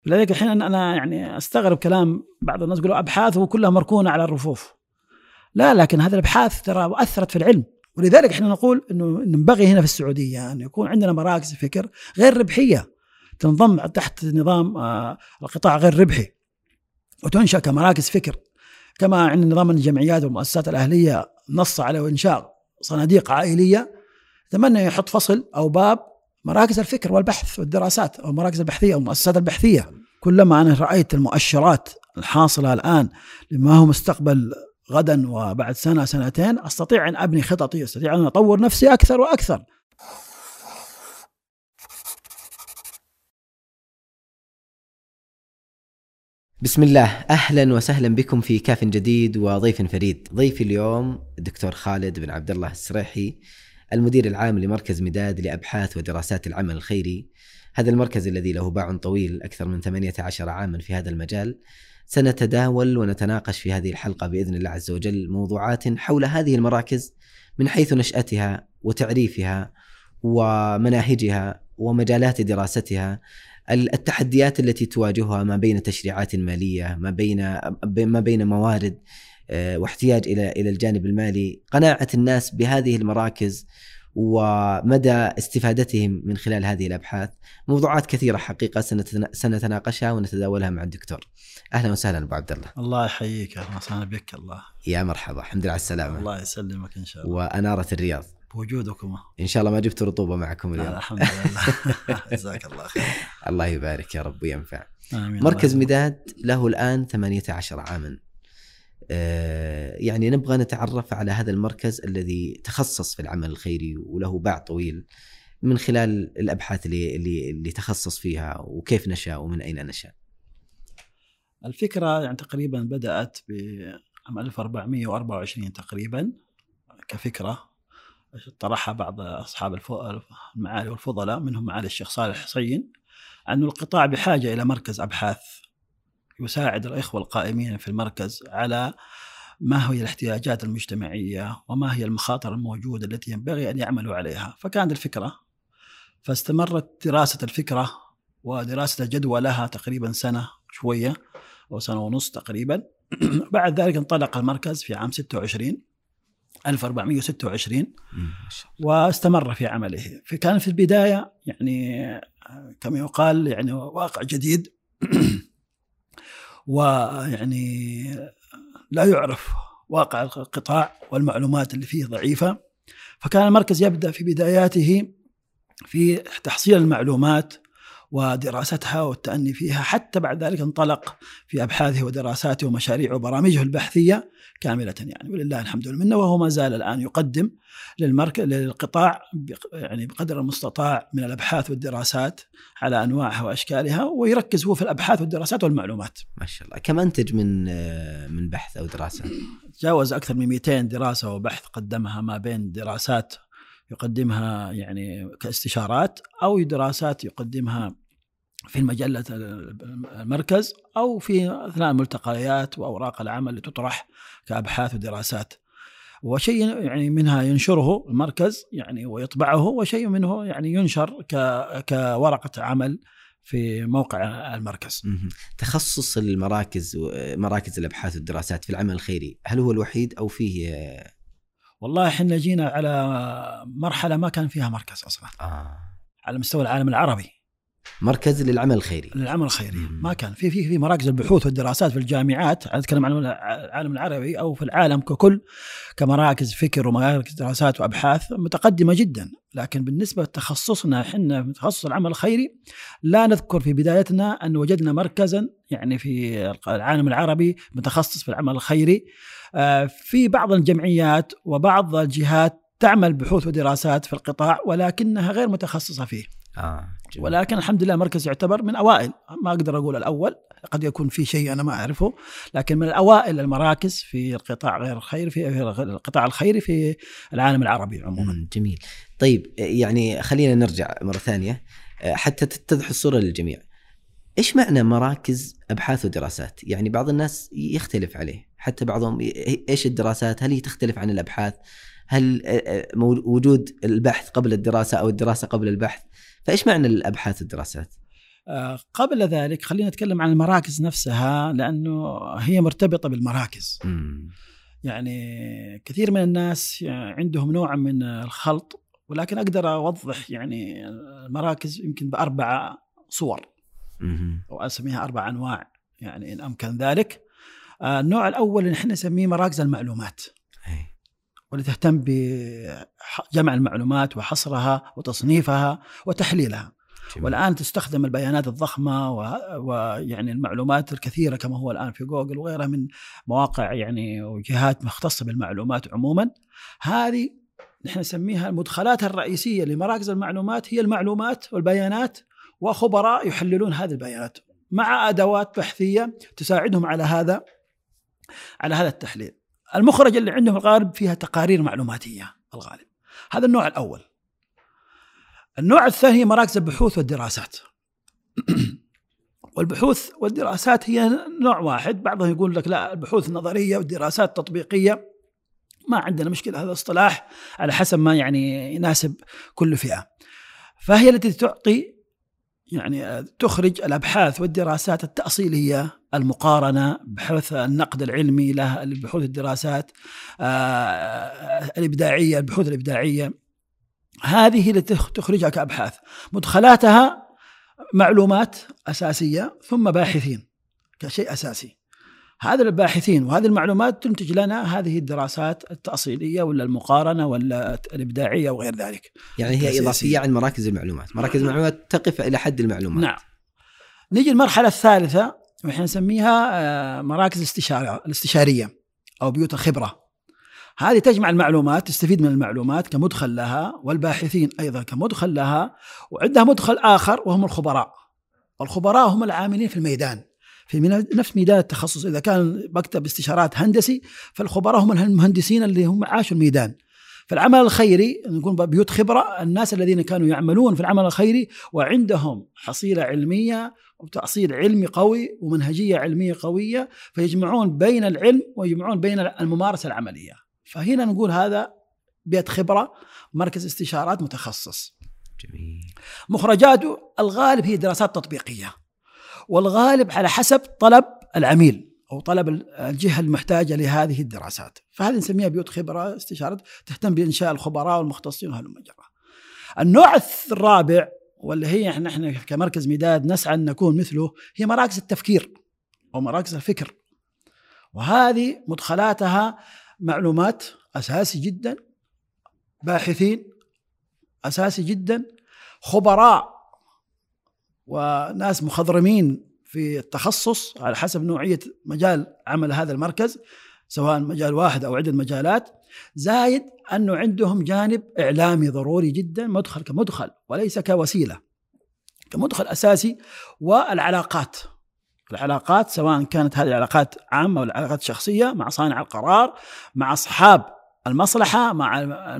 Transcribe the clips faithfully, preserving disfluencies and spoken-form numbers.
لذلك الحين أنا يعني أستغرب كلام بعض الناس يقولوا أبحاث وكلها مركونة على الرفوف. لا، لكن هذه الأبحاث ترى أثرت في العلم، ولذلك إحنا نقول إنه ينبغي هنا في السعودية أن يكون عندنا مراكز فكر غير ربحية تنضم تحت نظام القطاع غير ربحي وتنشأ كمراكز فكر، كما عند نظام الجمعيات والمؤسسات الأهلية نص على إنشاء صناديق عائلية. أتمنى يحط فصل أو باب مراكز الفكر والبحث والدراسات أو مراكز البحثية أو المؤسسات البحثية. كلما أنا رأيت المؤشرات الحاصلة الآن لما هو مستقبل غدا وبعد سنة سنتين، أستطيع أن أبني خططي، أستطيع أن أطور نفسي أكثر وأكثر. بسم الله، أهلا وسهلا بكم في كاف جديد وضيف فريد. ضيفي اليوم الدكتور خالد بن عبد الله السريحي، المدير العام لمركز مداد لأبحاث ودراسات العمل الخيري. هذا المركز الذي له باع طويل أكثر من ثمانية عشر عاما في هذا المجال. سنتداول ونتناقش في هذه الحلقة بإذن الله عز وجل موضوعات حول هذه المراكز من حيث نشأتها وتعريفها ومناهجها ومجالات دراستها، التحديات التي تواجهها ما بين تشريعات مالية، ما بين ما بين موارد واحتياج إلى إلى الجانب المالي، قناعة الناس بهذه المراكز ومدى استفادتهم من خلال هذه الأبحاث. موضوعات كثيرة حقيقة سنتناقشها ونتداولها مع الدكتور. أهلا وسهلا أبو عبد الله. الله يحييك، أهلا وسهلا بك. الله يا مرحبا، الحمد لله على السلامة. الله يسلمك إن شاء الله. وأنارة الرياض بوجودكم إن شاء الله. ما جبت رطوبة معكم اليوم؟ الحمد لله. جزاك الله خير. الله يبارك يا رب وينفع. آمين. مركز مداد له الآن ثمانية عشر عاما. يعني نبغى نتعرف على هذا المركز الذي تخصص في العمل الخيري وله باع طويل من خلال الأبحاث اللي, اللي, اللي تخصص فيها، وكيف نشأ ومن أين نشأ. الفكرة يعني تقريبا بدأت بعام ألف وأربعمائة وأربعة وعشرين تقريبا كفكرة طرحها بعض أصحاب المعالي والفضلاء، منهم معالي الشيخ صالح حسين، أن القطاع بحاجة إلى مركز أبحاث يساعد الإخوة القائمين في المركز على ما هي الاحتياجات المجتمعية وما هي المخاطر الموجودة التي ينبغي أن يعملوا عليها. فكانت الفكرة، فاستمرت دراسة الفكرة ودراسة الجدوى لها تقريبا سنة شوية أو سنة ونص تقريبا. بعد ذلك انطلق المركز في عام ستة وعشرين ألف وأربعمائة وستة وعشرين واستمر في عمله. فكان في البداية يعني كما يقال يعني واقع جديد ويعني لا يعرف واقع القطاع والمعلومات اللي فيه ضعيفة. فكان المركز يبدأ في بداياته في تحصيل المعلومات ودراستها والتأني فيها، حتى بعد ذلك انطلق في أبحاثه ودراساته ومشاريعه وبرامجه البحثية كاملة يعني، ولله الحمد والمنة. وهو ما زال الآن يقدم للمركز للقطاع يعني بقدر المستطاع من الأبحاث والدراسات على أنواعها وأشكالها، ويركز هو في الأبحاث والدراسات والمعلومات. ما شاء الله. كم أنتج من من بحث أو دراسة؟ تجاوز أكثر من مئتين دراسة وبحث قدمها، ما بين دراسات يقدمها يعني كاستشارات أو دراسات يقدمها في مجلة المركز أو في أثناء الملتقيات وأوراق العمل اللي تطرح كأبحاث ودراسات. وشيء يعني منها ينشره المركز يعني ويطبعه، وشيء منه يعني ينشر كورقة عمل في موقع المركز. تخصص المراكز مراكز الأبحاث والدراسات في العمل الخيري هل هو الوحيد أو فيه؟ والله احنا جينا على مرحلة ما كان فيها مركز أصلا آه. على مستوى العالم العربي. مركز للعمل الخيري للعمل الخيري ما كان في في في مراكز البحوث والدراسات في الجامعات، أتكلم عن العالم العربي أو في العالم ككل، كمراكز فكر ومراكز دراسات وأبحاث متقدمة جدا. لكن بالنسبة لتخصصنا إحنا في تخصص العمل الخيري لا نذكر في بدايتنا أن وجدنا مركزا يعني في العالم العربي متخصص في العمل الخيري. في بعض الجمعيات وبعض الجهات تعمل بحوث ودراسات في القطاع ولكنها غير متخصصة فيه. آه. ولكن الحمد لله المركز يعتبر من أوائل، ما أقدر أقول الأول، قد يكون في شيء أنا ما أعرفه، لكن من الأوائل المراكز في القطاع غير الخيري في القطاع الخيري في العالم العربي عموما. جميل. طيب يعني خلينا نرجع مرة ثانية حتى تتضح الصورة للجميع. إيش معنى مراكز أبحاث ودراسات؟ يعني بعض الناس يختلف عليه، حتى بعضهم إيش الدراسات؟ هل هي تختلف عن الأبحاث؟ هل وجود البحث قبل الدراسة أو الدراسة قبل البحث؟ فإيش معنى الأبحاث والدراسات؟ قبل ذلك خلينا نتكلم عن المراكز نفسها، لأنه هي مرتبطة بالمراكز. مم. يعني كثير من الناس عندهم نوع من الخلط، ولكن أقدر أوضح يعني المراكز يمكن بأربع صور، مم. أو أسميها أربع أنواع يعني إن أمكن ذلك. النوع الأول اللي نحن نسميه مراكز المعلومات، واللي تهتم بجمع المعلومات وحصرها وتصنيفها وتحليلها. جميل. والآن تستخدم البيانات الضخمة ويعني المعلومات الكثيرة كما هو الآن في جوجل وغيرها من مواقع يعني وجهات مختصة بالمعلومات عموما. هذه نحن نسميها المدخلات الرئيسية لمراكز المعلومات، هي المعلومات والبيانات وخبراء يحللون هذه البيانات مع أدوات بحثية تساعدهم على هذا على هذا التحليل. المخرج اللي عندهم الغالب فيها تقارير معلوماتية الغالب. هذا النوع الأول. النوع الثاني هي مراكز البحوث والدراسات. والبحوث والدراسات هي نوع واحد، بعضهم يقول لك لا البحوث النظرية والدراسات التطبيقية، ما عندنا مشكلة، هذا اصطلاح على حسب ما يعني يناسب كل فئة. فهي التي تعطي يعني تخرج الأبحاث والدراسات التأصيلية المقارنة، بحث النقد العلمي لها، البحوث الدراسات الإبداعية، البحوث الإبداعية، هذه اللي تخرجها كأبحاث. مدخلاتها معلومات أساسية ثم باحثين كشيء أساسي. هذا الباحثين وهذه المعلومات تنتج لنا هذه الدراسات التأصيلية ولا المقارنة ولا الإبداعية وغير ذلك. يعني هي إضافية عن مراكز المعلومات. مراكز المعلومات تقف إلى حد المعلومات. نعم. نيجي المرحلة الثالثة ونحن نسميها مراكز الاستشارة الاستشارية أو بيوت الخبرة. هذه تجمع المعلومات، تستفيد من المعلومات كمدخل لها، والباحثين أيضا كمدخل لها، وعندها مدخل آخر وهم الخبراء. الخبراء هم العاملين في الميدان، في نفس ميدان التخصص. إذا كان مكتب استشارات هندسي فالخبراء هم المهندسين اللي هم عاشوا الميدان. فالعمل الخيري نقول بيوت خبرة، الناس الذين كانوا يعملون في العمل الخيري وعندهم حصيلة علمية وتأصيل علمي قوي ومنهجية علمية قوية، فيجمعون بين العلم ويجمعون بين الممارسة العملية. فهنا نقول هذا بيت خبرة، مركز استشارات متخصص. جميل. مخرجاته الغالب هي دراسات تطبيقية، والغالب على حسب طلب العميل أو طلب الجهة المحتاجة لهذه الدراسات. فهذه نسميها بيوت خبرة استشارات تهتم بإنشاء الخبراء والمختصين وهذا المجرى. النوع الرابع واللي هي نحن كمركز مداد نسعى أن نكون مثله، هي مراكز التفكير أو مراكز الفكر. وهذه مدخلاتها معلومات أساسي جدا، باحثين أساسي جدا، خبراء وناس مخضرمين في التخصص على حسب نوعية مجال عمل هذا المركز، سواء مجال واحد أو عدة مجالات، زايد أنه عندهم جانب إعلامي ضروري جدا، مدخل كمدخل وليس كوسيلة، كمدخل أساسي. والعلاقات، العلاقات سواء كانت هذه العلاقات عامة ولا علاقات شخصية مع صانع القرار، مع أصحاب المصلحة، مع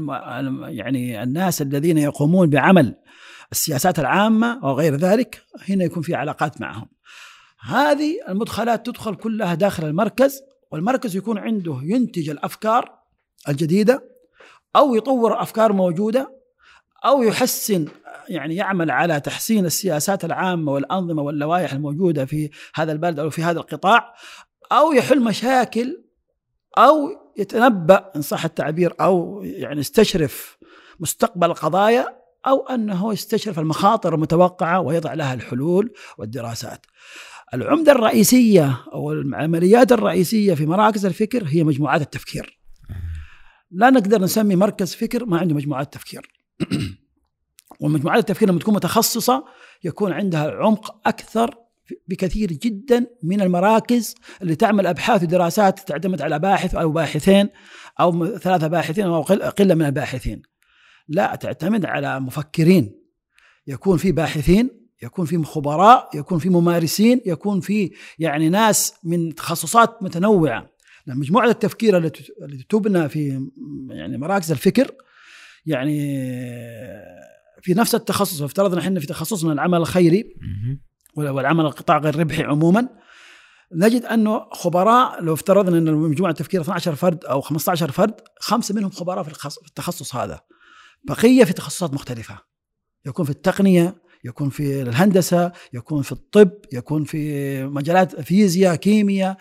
يعني الناس الذين يقومون بعمل السياسات العامة وغير ذلك، هنا يكون في علاقات معهم. هذه المدخلات تدخل كلها داخل المركز، والمركز يكون عنده ينتج الأفكار الجديدة أو يطور أفكار موجودة أو يحسن، يعني يعمل على تحسين السياسات العامة والأنظمة واللوائح الموجودة في هذا البلد أو في هذا القطاع، أو يحل مشاكل، أو يتنبأ إن صح التعبير، أو يعني يستشرف مستقبل القضايا، أو أنه يستشرف المخاطر المتوقعة ويضع لها الحلول والدراسات. العمدة الرئيسية أو العمليات الرئيسية في مراكز الفكر هي مجموعات التفكير. لا نقدر نسمي مركز فكر ما عنده مجموعات تفكير. والمجموعات التفكير لما تكون متخصصة يكون عندها عمق أكثر بكثير جدا من المراكز اللي تعمل أبحاث ودراسات تعتمد على باحث أو باحثين أو ثلاثة باحثين أو قلة من الباحثين. لا، تعتمد على مفكرين، يكون في باحثين، يكون في خبراء، يكون في ممارسين، يكون في يعني ناس من تخصصات متنوعة. مجموعة التفكير التي تبنى في يعني مراكز الفكر يعني في نفس التخصص. افترضنا احنا في تخصصنا العمل الخيري والعمل القطاع غير ربحي عموما، نجد أنه خبراء، لو افترضنا أن مجموعة التفكير اثني عشر فرد أو خمسة عشر فرد، خمسة منهم خبراء في التخصص هذا، بقية في تخصصات مختلفة، يكون في التقنية، يكون في الهندسة، يكون في الطب، يكون في مجالات فيزياء، كيمياء،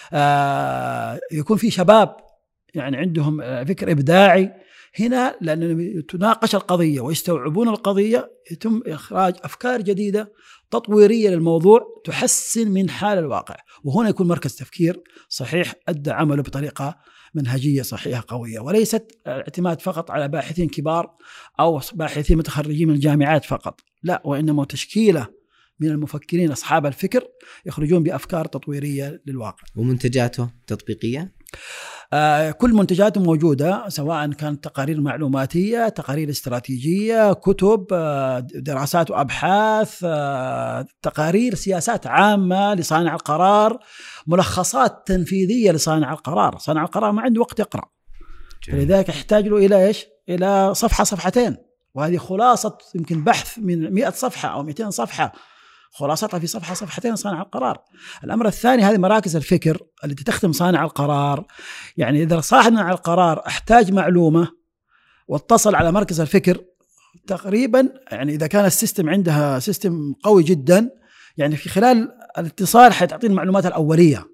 آه يكون في شباب يعني عندهم فكر إبداعي. هنا لأن تناقش القضية ويستوعبون القضية يتم إخراج أفكار جديدة تطويرية للموضوع تحسن من حال الواقع، وهنا يكون مركز تفكير صحيح أدى عمله بطريقة منهجية صحيحة قوية، وليست اعتماد فقط على باحثين كبار أو باحثين متخرجين من الجامعات فقط، لا، وإنما تشكيلة من المفكرين أصحاب الفكر يخرجون بأفكار تطويرية للواقع. ومنتجاته تطبيقية؟ آه كل منتجاته موجودة، سواء كانت تقارير معلوماتية، تقارير استراتيجية، كتب، آه دراسات وأبحاث، آه تقارير سياسات عامة لصانع القرار، ملخصات تنفيذية لصانع القرار. صانع القرار ما عنده وقت يقرأ، فلذلك يحتاج له إلى إيش؟ إلى صفحة صفحتين، وهذه خلاصة يمكن بحث من مئة صفحة أو مئتين صفحة، خلاصتها في صفحة صفحتين صانع القرار. الأمر الثاني هذه مراكز الفكر التي تخدم صانع القرار. يعني إذا صانع القرار احتاج معلومة واتصل على مركز الفكر تقريبا، يعني إذا كان السيستم عندها سيستم قوي جدا، يعني في خلال الاتصال حتعطيه المعلومات الأولية.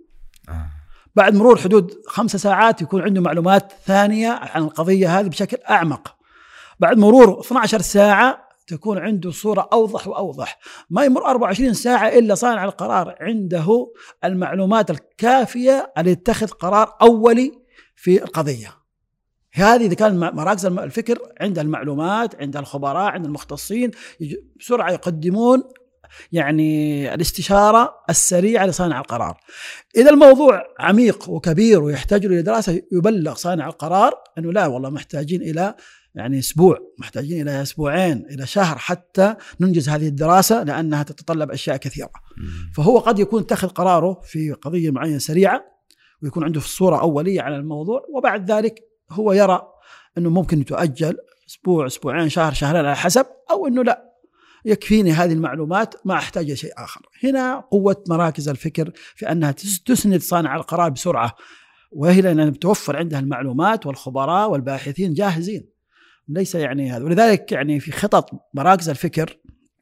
بعد مرور حدود خمسة ساعات يكون عنده معلومات ثانية عن القضية هذه بشكل أعمق. بعد مرور اثنتي عشرة ساعة تكون عنده صورة أوضح وأوضح. ما يمر أربعة وعشرين ساعة إلا صانع القرار عنده المعلومات الكافية ليتخذ قرار أولي في القضية هذه. إذا كان مراكز الفكر عند المعلومات، عند الخبراء، عند المختصين، بسرعة يقدمون يعني الاستشارة السريعة لصانع القرار. إذا الموضوع عميق وكبير ويحتاج إلى دراسة، يبلغ صانع القرار أنه لا والله محتاجين إلى يعني أسبوع، محتاجين إلى أسبوعين، إلى شهر حتى ننجز هذه الدراسة، لأنها تتطلب أشياء كثيرة. فهو قد يكون اتخذ قراره في قضية معينة سريعة ويكون عنده صورة أولية على الموضوع، وبعد ذلك هو يرى أنه ممكن يتأجل أسبوع، أسبوعين، شهر، شهرين على حسب، أو أنه لا يكفيني هذه المعلومات ما أحتاج شيء آخر. هنا قوة مراكز الفكر في أنها تسند صانع القرار بسرعة، وهي لأنها بتوفر عندها المعلومات والخبراء والباحثين جاهزين، ليس يعني هذا. ولذلك يعني في خطط مراكز الفكر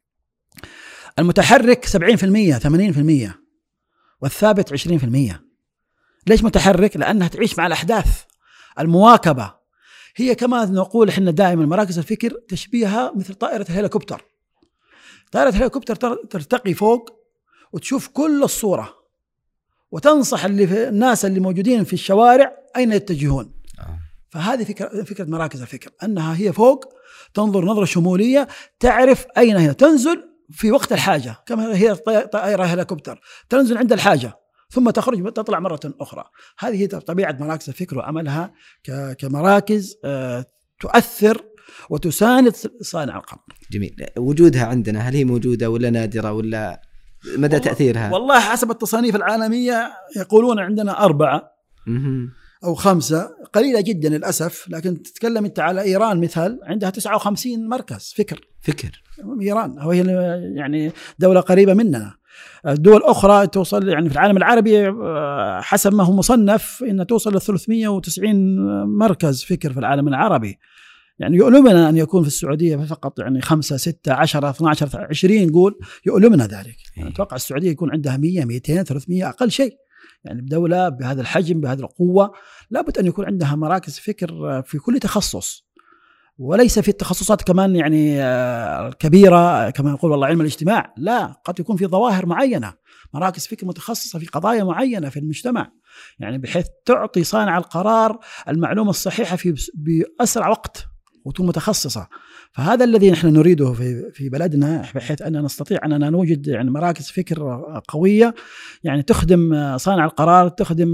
المتحرك سبعين بالمئة ثمانين بالمئة والثابت عشرين بالمئة. ليش متحرك؟ لأنها تعيش مع الأحداث. المواكبة هي كما نقول إحنا دائما مراكز الفكر تشبيهها مثل طائرة الهليكوبتر. طائرة الهليكوبتر ترتقي فوق وتشوف كل الصورة وتنصح اللي في الناس اللي موجودين في الشوارع أين يتجهون. فهذه فكرة, فكرة مراكز الفكر، أنها هي فوق تنظر نظرة شمولية، تعرف أين هي، تنزل في وقت الحاجة، كما هي طائرة هليكوبتر تنزل عند الحاجة ثم تخرج تطلع مرة أخرى. هذه هي طبيعة مراكز الفكر وعملها كمراكز تؤثر وتساند صانع القرار. جميل. وجودها عندنا هل هي موجودة ولا نادرة ولا مدى والله تأثيرها؟ والله حسب التصانيف العالمية يقولون عندنا أربعة أو خمسة، قليلة جدا للأسف. لكن تتكلم أنت على إيران مثال، عندها تسعة وخمسين مركز فكر. فكر إيران وهي يعني دولة قريبة مننا. الدول أخرى توصل يعني في العالم العربي حسب ما هو مصنف إن توصل ل ثلاثمئة وتسعين مركز فكر في العالم العربي. يعني يؤلمنا أن يكون في السعودية فقط يعني خمسة ستة عشرة اثنا عشر عشرين قول، يؤلمنا ذلك. أتوقع السعودية يكون عندها مئة مئتين ثلاثمئة أقل شيء. يعني بدولة بهذا الحجم بهذه القوة لابد أن يكون عندها مراكز فكر في كل تخصص، وليس في التخصصات كمان يعني الكبيرة كما يقول والله علم الاجتماع، لا، قد يكون في ظواهر معينة مراكز فكر متخصصة في قضايا معينة في المجتمع، يعني بحيث تعطي صانع القرار المعلومة الصحيحة في بأسرع وقت وتكون متخصصة. فهذا الذي نحن نريده في في بلدنا، بحيث أننا نستطيع أننا نوجد يعني مراكز فكر قوية يعني تخدم صانع القرار، تخدم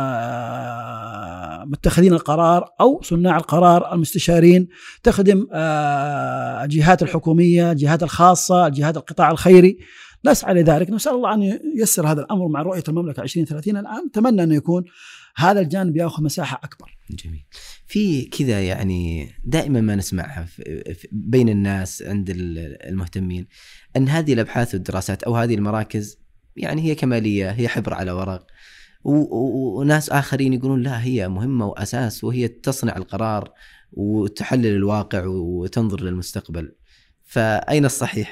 متخذين القرار أو صناع القرار المستشارين، تخدم الجهات الحكومية، الجهات الخاصة، الجهات القطاع الخيري. نسعى لذلك، نسأل الله أن ييسر هذا الأمر مع رؤية المملكة عشرين ثلاثين. الآن نتمنى أن يكون هذا الجانب يأخذ مساحة أكبر. جميل. في كذا يعني دائما ما نسمعها بين الناس عند المهتمين أن هذه الأبحاث والدراسات أو هذه المراكز يعني هي كمالية، هي حبر على ورق، وناس آخرين يقولون لا، هي مهمة وأساس، وهي تصنع القرار وتحلل الواقع وتنظر للمستقبل. فأين الصحيح؟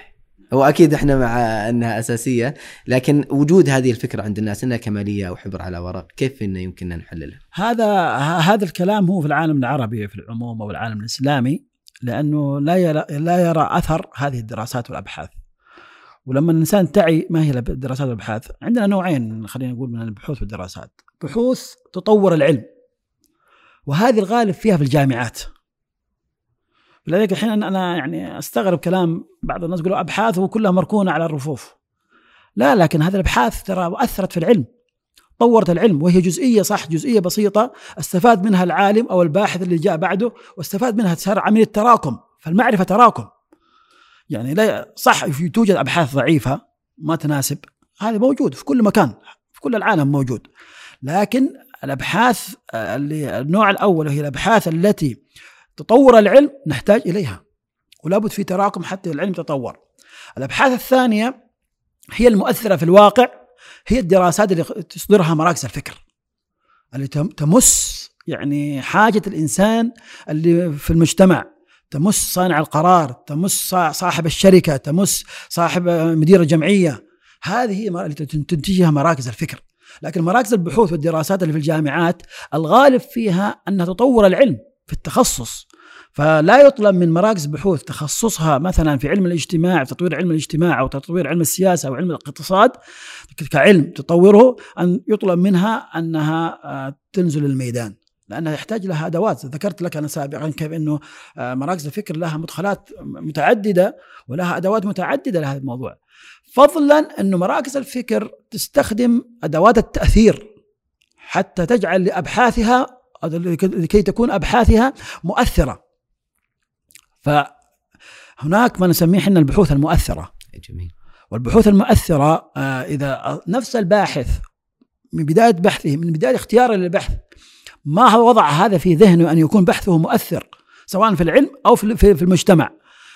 هو أكيد إحنا مع أنها أساسية، لكن وجود هذه الفكرة عند الناس أنها كمالية أو حبر على ورق، كيف إنه يمكننا نحللها؟ هذا هذا الكلام هو في العالم العربي في العموم أو العالم الإسلامي، لأنه لا يرى لا يرى أثر هذه الدراسات والأبحاث. ولما الإنسان تعي ما هي الدراسات والأبحاث، عندنا نوعين خلينا نقول من البحوث والدراسات. بحوث تطور العلم، وهذه الغالب فيها في الجامعات. لذلك الحين أنا يعني أستغرب كلام بعض الناس يقولوا أبحاث وكلها مركونة على الرفوف. لا، لكن هذه الأبحاث ترى أثرت في العلم، طورت العلم، وهي جزئية صح، جزئية بسيطة استفاد منها العالم أو الباحث اللي جاء بعده، واستفاد منها صار عملية تراكم، فالمعرفة تراكم. يعني لا صح توجد أبحاث ضعيفة ما تناسب، هذا موجود في كل مكان في كل العالم موجود، لكن الأبحاث اللي النوع الأول وهي الأبحاث التي تطور العلم نحتاج إليها، ولا بد في تراكم حتى العلم تطور. الأبحاث الثانية هي المؤثرة في الواقع، هي الدراسات اللي تصدرها مراكز الفكر اللي تمس يعني حاجة الإنسان اللي في المجتمع، تمس صانع القرار، تمس صاحب الشركة، تمس صاحب مدير الجمعية. هذه هي اللي تنتجها مراكز الفكر. لكن مراكز البحوث والدراسات اللي في الجامعات الغالب فيها أنها تطور العلم في التخصص، فلا يطلب من مراكز بحوث تخصصها مثلا في علم الاجتماع، تطوير علم الاجتماع أو تطوير علم السياسة أو علم الاقتصاد كعلم تطوره، أن يطلب منها أنها تنزل الميدان، لأنها يحتاج لها أدوات. ذكرت لك أنا سابقا كيف أنه مراكز الفكر لها مدخلات متعددة ولها أدوات متعددة لهذا الموضوع، فضلا أنه مراكز الفكر تستخدم أدوات التأثير حتى تجعل لأبحاثها لكي تكون أبحاثها مؤثرة. فهناك ما نسميه حنا البحوث المؤثرة. جميل. والبحوث المؤثرة إذا نفس الباحث من بداية بحثه من بداية اختياره للبحث ما هو وضع هذا في ذهنه أن يكون بحثه مؤثر سواء في العلم أو في المجتمع،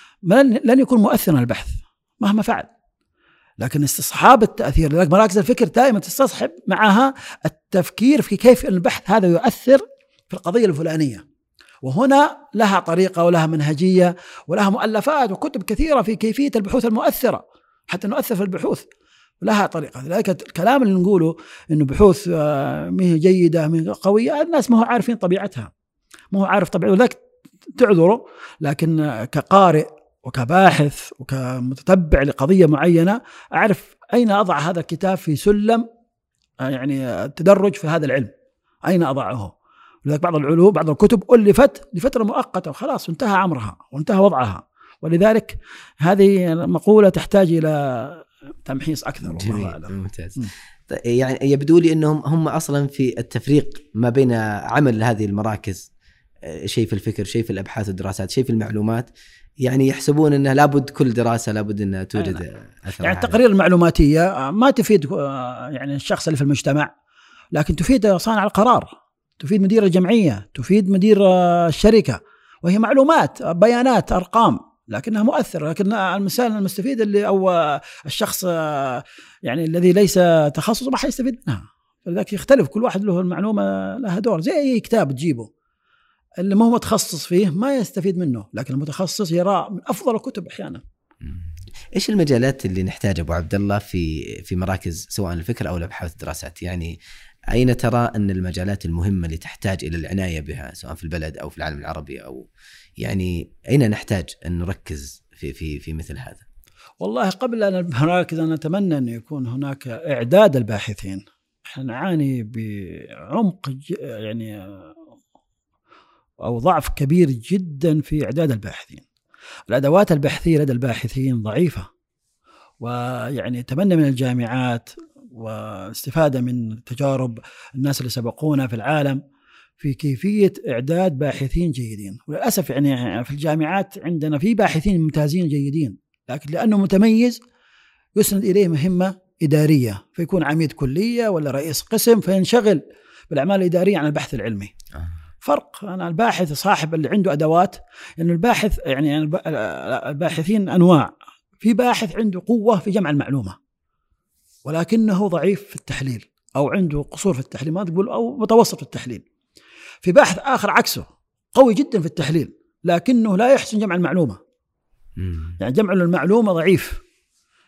لن يكون مؤثرا البحث مهما فعل. لكن استصحاب التأثير، لذلك مراكز الفكر دائما تستصحب معها التفكير في كيف البحث هذا يؤثر في القضية الفلانية، وهنا لها طريقة ولها منهجية ولها مؤلفات وكتب كثيرة في كيفية البحوث المؤثرة حتى نؤثر في البحوث، لها طريقة. لذلك الكلام اللي نقوله إنه بحوث مه جيدة مه قوية، الناس ما هو عارفين طبيعتها، ما هو عارف طبيعته، لذلك تعذره. لكن كقارئ وكباحث وكمتتبع لقضية معينة أعرف أين أضع هذا الكتاب في سلم يعني التدرج في هذا العلم، أين أضعه. لذلك بعض العلوم بعض الكتب ألفت لفترة مؤقتة وخلاص انتهى عمرها وانتهى وضعها، ولذلك هذه مقولة تحتاج إلى تمحيص أكثر. والله أعلم. ممتاز. يعني يبدو لي أنهم هم أصلا في التفريق ما بين عمل هذه المراكز، شيء في الفكر، شيء في الأبحاث والدراسات، شيء في المعلومات، يعني يحسبون أنه لابد كل دراسة لابد أنها توجد أثر. يعني التقارير المعلوماتية ما تفيد يعني الشخص اللي في المجتمع، لكن تفيد صانع القرار، تفيد مدير الجمعية، تفيد مدير الشركة، وهي معلومات بيانات أرقام لكنها مؤثرة. لكن المثال المستفيد اللي أو الشخص يعني الذي ليس تخصصه ما حيستفيد منها، فلذلك يختلف كل واحد له المعلومة لها دور. زي أي كتاب تجيبه اللي ما هو متخصص فيه ما يستفيد منه، لكن المتخصص يرى من أفضل الكتب أحيانا. إيش المجالات اللي نحتاج أبو عبد الله في في مراكز سواء الفكر أو الأبحاث والدراسات؟ يعني أين ترى أن المجالات المهمة اللي تحتاج إلى العناية بها سواء في البلد أو في العالم العربي، أو يعني أين نحتاج أن نركز في في في مثل هذا؟ والله قبل أن المراكز أنا أتمنى أن يكون هناك إعداد الباحثين. إحنا نعاني بعمق يعني أو ضعف كبير جدا في إعداد الباحثين. الأدوات البحثية لدى الباحثين ضعيفة، ويعني أتمنى من الجامعات واستفادة من تجارب الناس اللي سبقونا في العالم في كيفية إعداد باحثين جيدين. وللأسف يعني في الجامعات عندنا في باحثين ممتازين جيدين، لكن لأنه متميز يسند إليه مهمة إدارية، فيكون عميد كلية ولا رئيس قسم فينشغل بالأعمال الإدارية عن البحث العلمي. فرق. أنا الباحث صاحب اللي عنده أدوات، لأن يعني الباحث يعني الباحثين أنواع، في باحث عنده قوة في جمع المعلومة ولكنه ضعيف في التحليل أو عنده قصور في التحليل ما تقول أو متوسط في التحليل. في باحث آخر عكسه قوي جدا في التحليل لكنه لا يحسن جمع المعلومة، يعني جمع المعلومة ضعيف،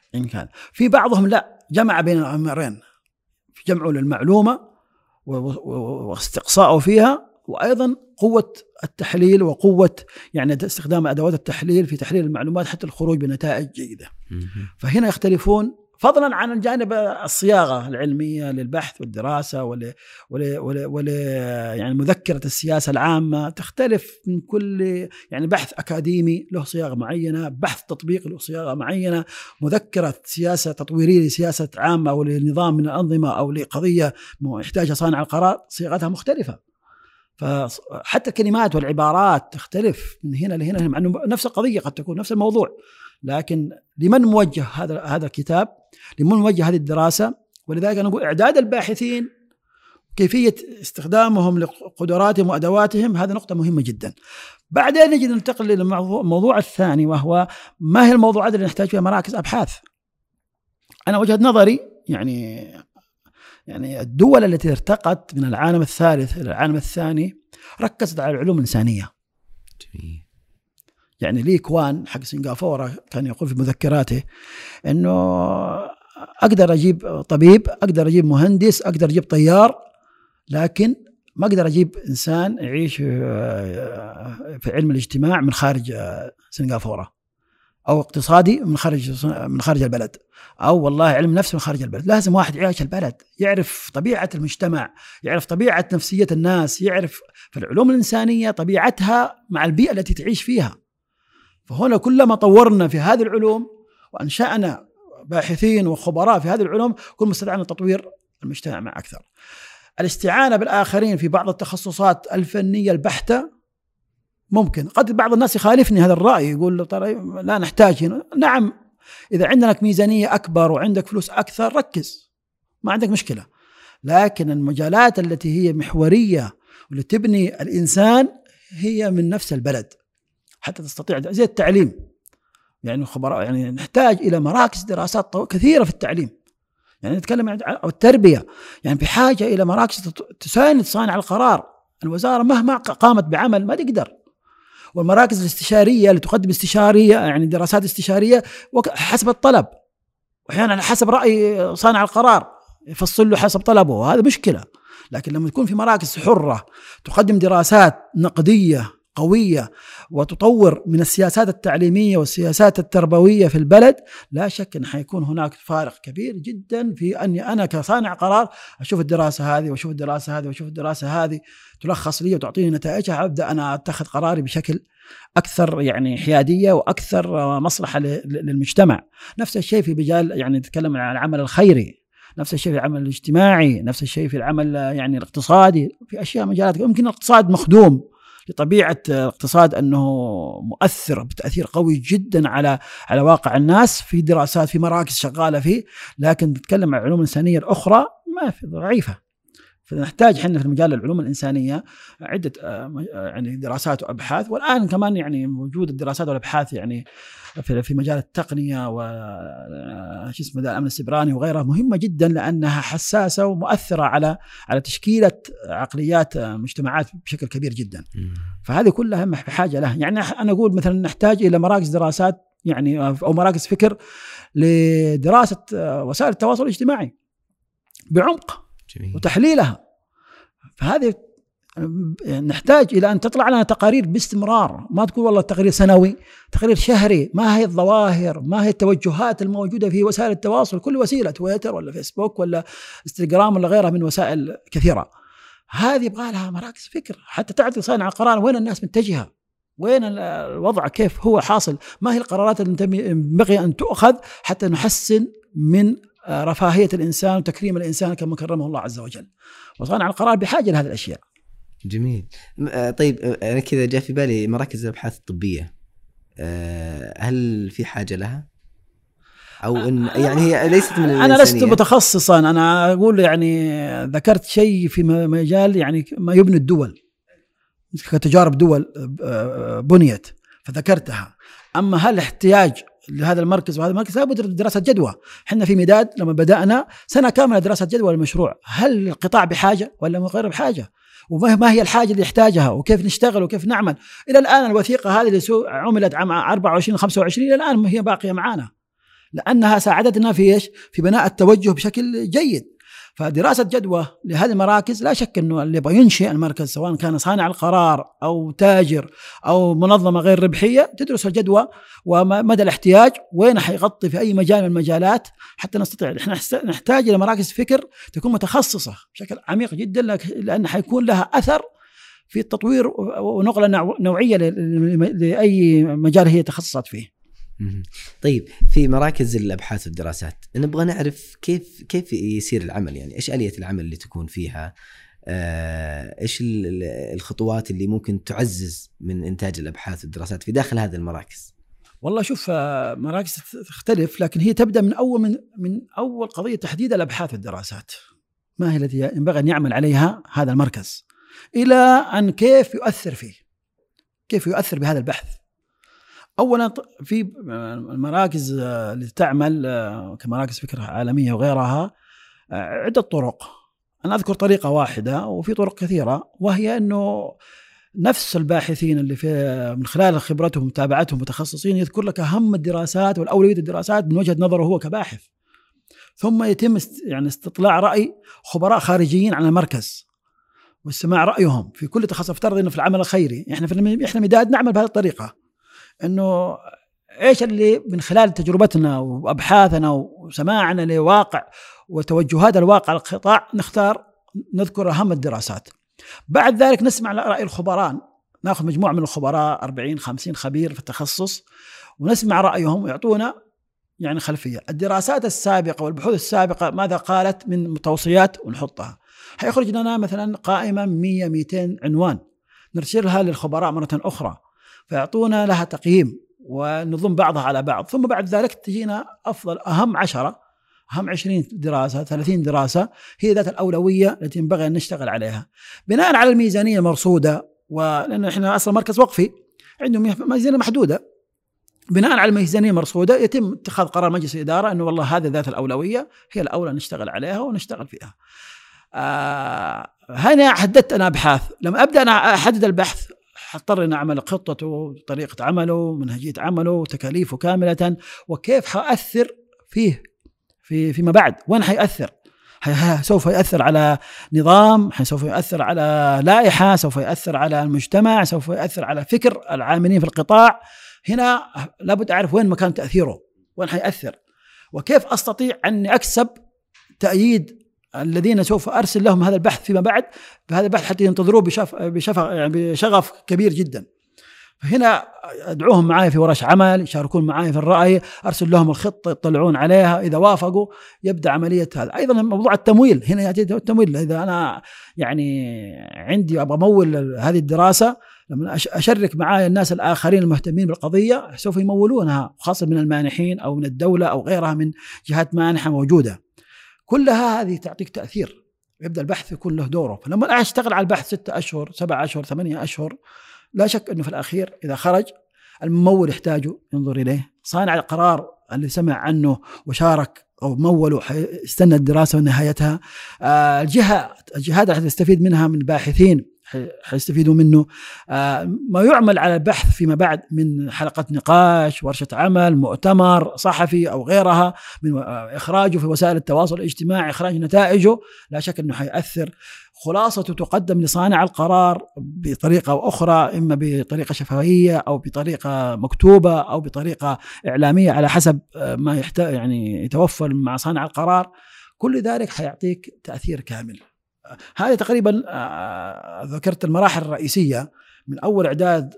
إن كان في بعضهم لا، جمع بين الأمرين، جمعوا للمعلومة واستقصاءه فيها، وأيضا قوة التحليل وقوة يعني استخدام أدوات التحليل في تحليل المعلومات حتى الخروج بنتائج جيدة. فهنا يختلفون، فضلا عن الجانب الصياغة العلمية للبحث والدراسة ولا ولا ولا ولا يعني مذكرة السياسة العامة تختلف من كل، يعني بحث أكاديمي له صياغة معينة، بحث تطبيقي له صياغة معينة، مذكرة سياسة تطويرية لسياسة عامة أو لنظام من الأنظمة أو لقضية يحتاجها صانع القرار صياغتها مختلفة. فحتى الكلمات والعبارات تختلف من هنا لهنا، مع أنه نفس القضية قد تكون نفس الموضوع، لكن لمن موجه هذا هذا الكتاب، لمن موجه هذه الدراسة. ولذلك أنا أقول إعداد الباحثين، كيفية استخدامهم لقدراتهم وأدواتهم، هذا نقطة مهمة جدا. بعدين نجي ننتقل للموضوع الثاني، وهو ما هي الموضوعات اللي نحتاج فيها مراكز أبحاث. أنا وجهة نظري يعني يعني الدول التي ارتقت من العالم الثالث إلى العالم الثاني ركزت على العلوم الإنسانية. يعني لي كوان حق سنغافورة كان يقول في مذكراته إنه أقدر أجيب طبيب، أقدر أجيب مهندس، أقدر أجيب طيار، لكن ما أقدر أجيب إنسان يعيش في علم الاجتماع من خارج سنغافورة، أو اقتصادي من خارج من خارج البلد، أو والله علم نفس من خارج البلد. لازم واحد يعيش البلد، يعرف طبيعة المجتمع، يعرف طبيعة نفسية الناس، يعرف في العلوم الإنسانية طبيعتها مع البيئة التي تعيش فيها. فهنا كلما طورنا في هذه العلوم وأنشأنا باحثين وخبراء في هذه العلوم، كل ما استطعنا تطوير المجتمع أكثر. الاستعانة بالآخرين في بعض التخصصات الفنية البحتة ممكن، قد بعض الناس يخالفني هذا الرأي، يقول ترى لا نحتاج هنا. نعم، إذا عندك ميزانية أكبر وعندك فلوس أكثر ركز، ما عندك مشكلة، لكن المجالات التي هي محورية واللي تبني الإنسان هي من نفس البلد حتى تستطيع، زي التعليم. يعني خبراء، يعني نحتاج إلى مراكز دراسات كثيرة في التعليم. يعني نتكلم عن التربية، يعني بحاجة إلى مراكز تساند صانع القرار. الوزارة مهما قامت بعمل ما تقدر. والمراكز الاستشارية اللي تقدم استشارية، يعني دراسات استشارية حسب الطلب، وأحيانا حسب رأي صانع القرار يفصل له حسب طلبه، وهذا مشكلة. لكن لما تكون في مراكز حرة تقدم دراسات نقدية قوية وتطور من السياسات التعليمية والسياسات التربوية في البلد، لا شك أن حيكون هناك فارق كبير جدا في أني أنا كصانع قرار أشوف الدراسة هذه وأشوف الدراسة هذه وأشوف الدراسة هذه تلخص لي وتعطيني نتائجها، أبدأ أنا أتخذ قراري بشكل أكثر يعني حيادية وأكثر مصلحة للمجتمع. نفس الشيء في مجال، يعني نتكلم عن العمل الخيري، نفس الشيء في العمل الاجتماعي، نفس الشيء في العمل يعني الاقتصادي، في أشياء مجالات. يمكن الاقتصاد مخدوم لطبيعة الاقتصاد أنه مؤثر بتأثير قوي جدا على على واقع الناس، في دراسات في مراكز شغالة فيه، لكن نتكلم عن العلوم الإنسانية الأخرى ما في، ضعيفة. فنحتاج حنا في مجال العلوم الإنسانية عدة يعني دراسات وأبحاث، والآن كمان يعني موجود الدراسات والأبحاث يعني في في مجال التقنية وش اسمه ذا الأمن السيبراني وغيرها، مهمة جدا لأنها حساسة ومؤثرة على على تشكيلة عقليات مجتمعات بشكل كبير جدا. فهذه كلها بحاجة لها. يعني أنا أقول مثلا نحتاج إلى مراكز دراسات يعني أو مراكز فكر لدراسة وسائل التواصل الاجتماعي بعمق جميل. وتحليلها. فهذه نحتاج إلى أن تطلع لنا تقارير باستمرار، ما تقول والله تقرير سنوي، تقرير شهري. ما هي الظواهر، ما هي التوجهات الموجودة في وسائل التواصل، كل وسيلة، تويتر ولا فيسبوك ولا انستغرام ولا غيرها من وسائل كثيرة. هذه يبغى لها مراكز فكر حتى تعطي صانع القرار وين الناس متجهة، وين الوضع، كيف هو حاصل، ما هي القرارات اللي ينبغي أن تؤخذ حتى نحسن من رفاهية الإنسان وتكريم الإنسان كما كرمه الله عز وجل. وصانع القرار بحاجة لهذه الأشياء. جميل. طيب أنا كذا جاء في بالي مراكز الأبحاث الطبية، هل في حاجة لها؟ أو إن يعني هي ليست من أنا لست متخصصا، أنا أقول يعني ذكرت شيء في مجال يعني ما يبني الدول كتجارب دول بنيت فذكرتها. أما هل احتياج لهذا المركز وهذا المركز؟ لابد من دراسة جدوى. حنا في مداد لما بدأنا سنة كاملة دراسة جدوى للمشروع، هل القطاع بحاجة ولا غير بحاجة، وما هي الحاجة اللي يحتاجها، وكيف نشتغل وكيف نعمل. إلى الآن الوثيقة هذه اللي عملت عام أربعة وعشرين خمسة وعشرين إلى الآن هي باقية معانا. لأنها ساعدتنا في إيش؟ في بناء التوجه بشكل جيد. فدراسة جدوى لهذه المراكز لا شك أنه اللي يبغى ينشئ المركز سواء كان صانع القرار أو تاجر أو منظمة غير ربحية تدرس الجدوى ومدى الاحتياج وين حيغطي في أي مجال من المجالات حتى نستطيع. إحنا نحتاج إلى مراكز فكر تكون متخصصة بشكل عميق جدا لأن حيكون لها أثر في التطوير ونقلة نوعية لأي مجال هي تخصصت فيه. طيب في مراكز الأبحاث والدراسات نبغى نعرف كيف كيف يصير العمل، يعني إيش آلية العمل اللي تكون فيها، آه، إيش الخطوات اللي ممكن تعزز من إنتاج الأبحاث والدراسات في داخل هذه المراكز؟ والله شوف مراكز تختلف لكن هي تبدأ من أول من من أول قضية تحديد الأبحاث والدراسات ما هي التي ينبغي أن يعمل عليها هذا المركز إلى أن كيف يؤثر فيه، كيف يؤثر بهذا البحث. أولا في المراكز اللي تعمل كمراكز فكرة عالمية وغيرها عدة طرق، أنا أذكر طريقة واحدة وفي طرق كثيرة، وهي أنه نفس الباحثين اللي في من خلال خبرتهم ومتابعتهم متخصصين يذكر لك أهم الدراسات والأولوية الدراسات من وجهة نظره هو كباحث، ثم يتم يعني استطلاع رأي خبراء خارجيين عن المركز واستماع رأيهم في كل تخصص. افترض إنه في العمل الخيري إحنا في إحنا مداد نعمل بهذه الطريقة، إنه إيش اللي من خلال تجربتنا وأبحاثنا وسماعنا لواقع وتوجهات الواقع القطاع نختار نذكر أهم الدراسات. بعد ذلك نسمع رأي الخبراء، نأخذ مجموعة من الخبراء أربعين خمسين خبير في التخصص ونسمع رأيهم ويعطونا يعني خلفية الدراسات السابقة والبحوث السابقة ماذا قالت من توصيات ونحطها. هيخرج لنا مثلا قائمة مية مئتين عنوان نرسلها للخبراء مرة أخرى فيعطونا لها تقييم ونضم بعضها على بعض، ثم بعد ذلك تجينا أفضل أهم عشرة أهم عشرين دراسة ثلاثين دراسة هي ذات الأولوية التي ينبغي أن نشتغل عليها بناء على الميزانية المرصودة، ولأن إحنا أصلا مركز وقفي عندهم ميزانية محدودة. بناء على الميزانية المرصودة يتم اتخاذ قرار مجلس الإدارة أنه والله هذه ذات الأولوية هي الأولى نشتغل عليها ونشتغل فيها. آه هنا حددت أنا أبحاث، لما أبدأ أنا أحدد البحث حضطر أن أعمل خطته وطريقة عمله منهجية عمله وتكاليفه كاملة وكيف حأثر فيه في فيما بعد، وين حيأثر، سوف يأثر على نظام، سوف يأثر على لائحة، سوف يأثر على المجتمع، سوف يأثر على فكر العاملين في القطاع. هنا لابد أعرف وين مكان تأثيره، وين حيأثر، وكيف أستطيع أن أكسب تأييد الذين سوف أرسل لهم هذا البحث فيما بعد بهذا البحث حتى ينتظروه بشف بشف يعني بشغف كبير جدا. هنا أدعوهم معايا في ورش عمل، يشاركون معايا في الرأي، أرسل لهم الخطة يطلعون عليها، إذا وافقوا يبدأ عملية هذا. أيضا موضوع التمويل، هنا يأتي التمويل، إذا أنا يعني عندي أبغى أمول هذه الدراسة لما أشرك معايا الناس الآخرين المهتمين بالقضية سوف يمولونها، خاصة من المانحين أو من الدولة أو غيرها من جهات مانحة موجودة. كلها هذه تعطيك تأثير، يبدأ البحث يكون له دوره. فلما أشتغل على البحث ستة أشهر سبعة أشهر ثمانية أشهر لا شك أنه في الأخير إذا خرج الممول يحتاجه ينظر إليه، صانع القرار اللي سمع عنه وشارك أو مولوا استنى الدراسة ونهايتها، آه الجهة الجهات اللي تستفيد منها من باحثين حيستفيدوا منه، آه ما يعمل على البحث فيما بعد من حلقة نقاش، ورشة عمل، مؤتمر صحفي أو غيرها، من إخراجه في وسائل التواصل الاجتماعي، إخراج نتائجه، لا شك أنه حيأثر. خلاصته تقدم لصانع القرار بطريقة أو أخرى، إما بطريقة شفهية أو بطريقة مكتوبة أو بطريقة إعلامية على حسب ما يحتاج يعني يتوفر مع صانع القرار. كل ذلك حيعطيك تأثير كامل. هذه تقريبا ذكرت المراحل الرئيسية من أول إعداد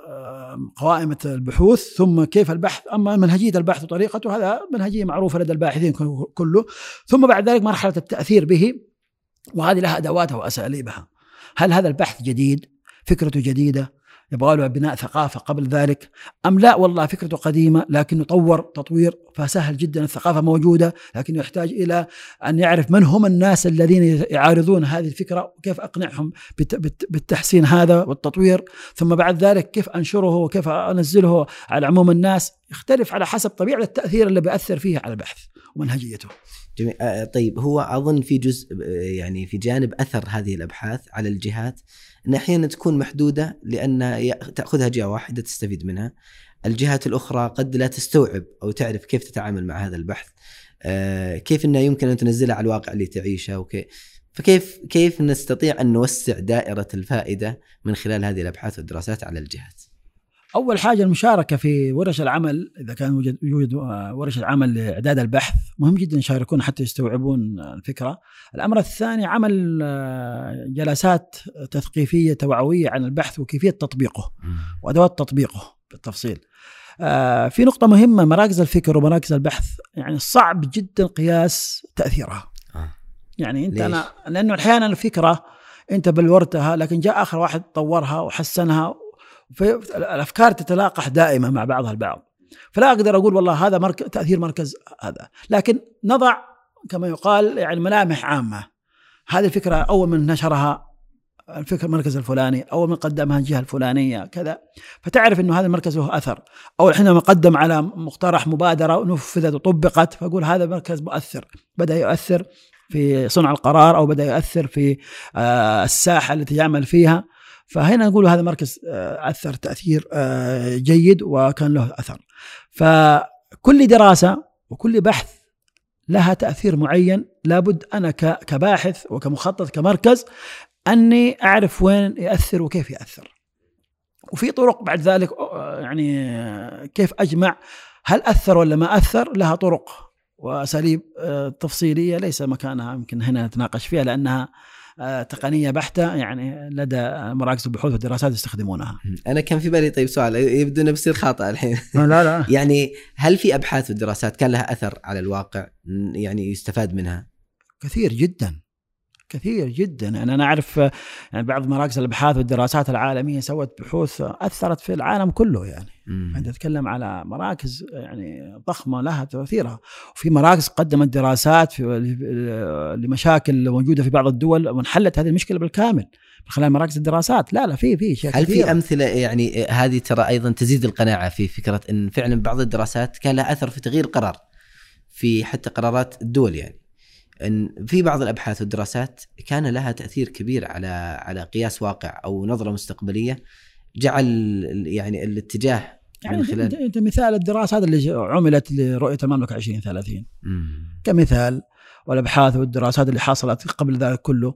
قوائمة البحوث ثم كيف البحث. أما منهجية البحث وطريقته هذا منهجية معروفة لدى الباحثين كله. ثم بعد ذلك مرحلة التأثير به، وهذه لها أدواتها وأساليبها. هل هذا البحث جديد، فكرته جديدة، يبغى له بناء ثقافة قبل ذلك، أم لا والله فكرته قديمة لكنه طور تطوير فسهل جدا، الثقافة موجودة لكنه يحتاج إلى أن يعرف من هم الناس الذين يعارضون هذه الفكرة وكيف أقنعهم بالتحسين هذا والتطوير. ثم بعد ذلك كيف أنشره وكيف أنزله على عموم الناس، يختلف على حسب طبيعة التأثير اللي بيأثر فيه على البحث ومنهجيته. جميل. طيب هو أظن في جزء يعني في جانب أثر هذه الأبحاث على الجهات أن أحيانا تكون محدودة لأن تأخذها جهة واحدة تستفيد منها، الجهات الأخرى قد لا تستوعب أو تعرف كيف تتعامل مع هذا البحث، كيف أنه يمكن أن تنزلها على الواقع اللي تعيشه، وكيف فكيف كيف نستطيع أن نوسع دائرة الفائدة من خلال هذه الأبحاث والدراسات على الجهات؟ أول حاجة المشاركة في ورش العمل، إذا كان يوجد يوجد ورش العمل لإعداد البحث مهم جدا يشاركون حتى يستوعبون الفكرة. الأمر الثاني عمل جلسات تثقيفية توعوية عن البحث وكيفية تطبيقه وأدوات تطبيقه بالتفصيل. في نقطة مهمة، مراكز الفكر ومراكز البحث يعني صعب جدا قياس تأثيرها. يعني أنت أنا لأنه أحيانا الفكرة أنت بلورتها لكن جاء آخر واحد طورها وحسنها، الأفكار تتلاقح دائما مع بعضها البعض، فلا أقدر أقول والله هذا مركز تأثير مركز هذا، لكن نضع كما يقال يعني ملامح عامة. هذه الفكرة أول من نشرها الفكر المركز الفلاني، أول من قدمها الجهة الفلانية كذا، فتعرف أنه هذا المركز له أثر. أو حينما قدم على مقترح مبادرة ونفذت وطبقت فأقول هذا مركز مؤثر، بدأ يؤثر في صنع القرار أو بدأ يؤثر في الساحة التي يعمل فيها. فهنا نقول هذا مركز أثر تأثير جيد وكان له أثر. فكل دراسة وكل بحث لها تأثير معين، لابد أنا كباحث وكمخطط كمركز أني أعرف وين يأثر وكيف يأثر. وفي طرق بعد ذلك يعني كيف أجمع هل أثر ولا ما أثر، لها طرق وأساليب تفصيلية ليس مكانها يمكن هنا نتناقش فيها لأنها تقنية بحتة، يعني لدى مراكز البحوث والدراسات يستخدمونها. أنا كان في بالي طيب سؤال يبدو أنه بصير خاطئ الحين. لا لا يعني هل في أبحاث ودراسات كان لها أثر على الواقع يعني يستفاد منها؟ كثير جدا كثير جدا. يعني أنا أعرف يعني بعض مراكز الأبحاث والدراسات العالمية سوت بحوث أثرت في العالم كله. يعني أنت تتكلم على مراكز يعني ضخمة لها تأثيرها، وفي مراكز قدمت دراسات في لمشاكل موجودة في بعض الدول وانحلت هذه المشكلة بالكامل من خلال مراكز الدراسات. لا لا في في شيء هل كثير. في أمثلة يعني هذه ترى أيضا تزيد القناعة في فكرة أن فعلا بعض الدراسات كان لها أثر في تغيير قرار في حتى قرارات الدول، يعني أن في بعض الأبحاث والدراسات كان لها تأثير كبير على على قياس واقع أو نظرة مستقبلية، جعل يعني الاتجاه يعني من خلال أنت مثال الدراسة هذا اللي عملت لرؤية المملكة عشرين ثلاثين كمثال، والأبحاث والدراسات اللي حصلت قبل ذلك كله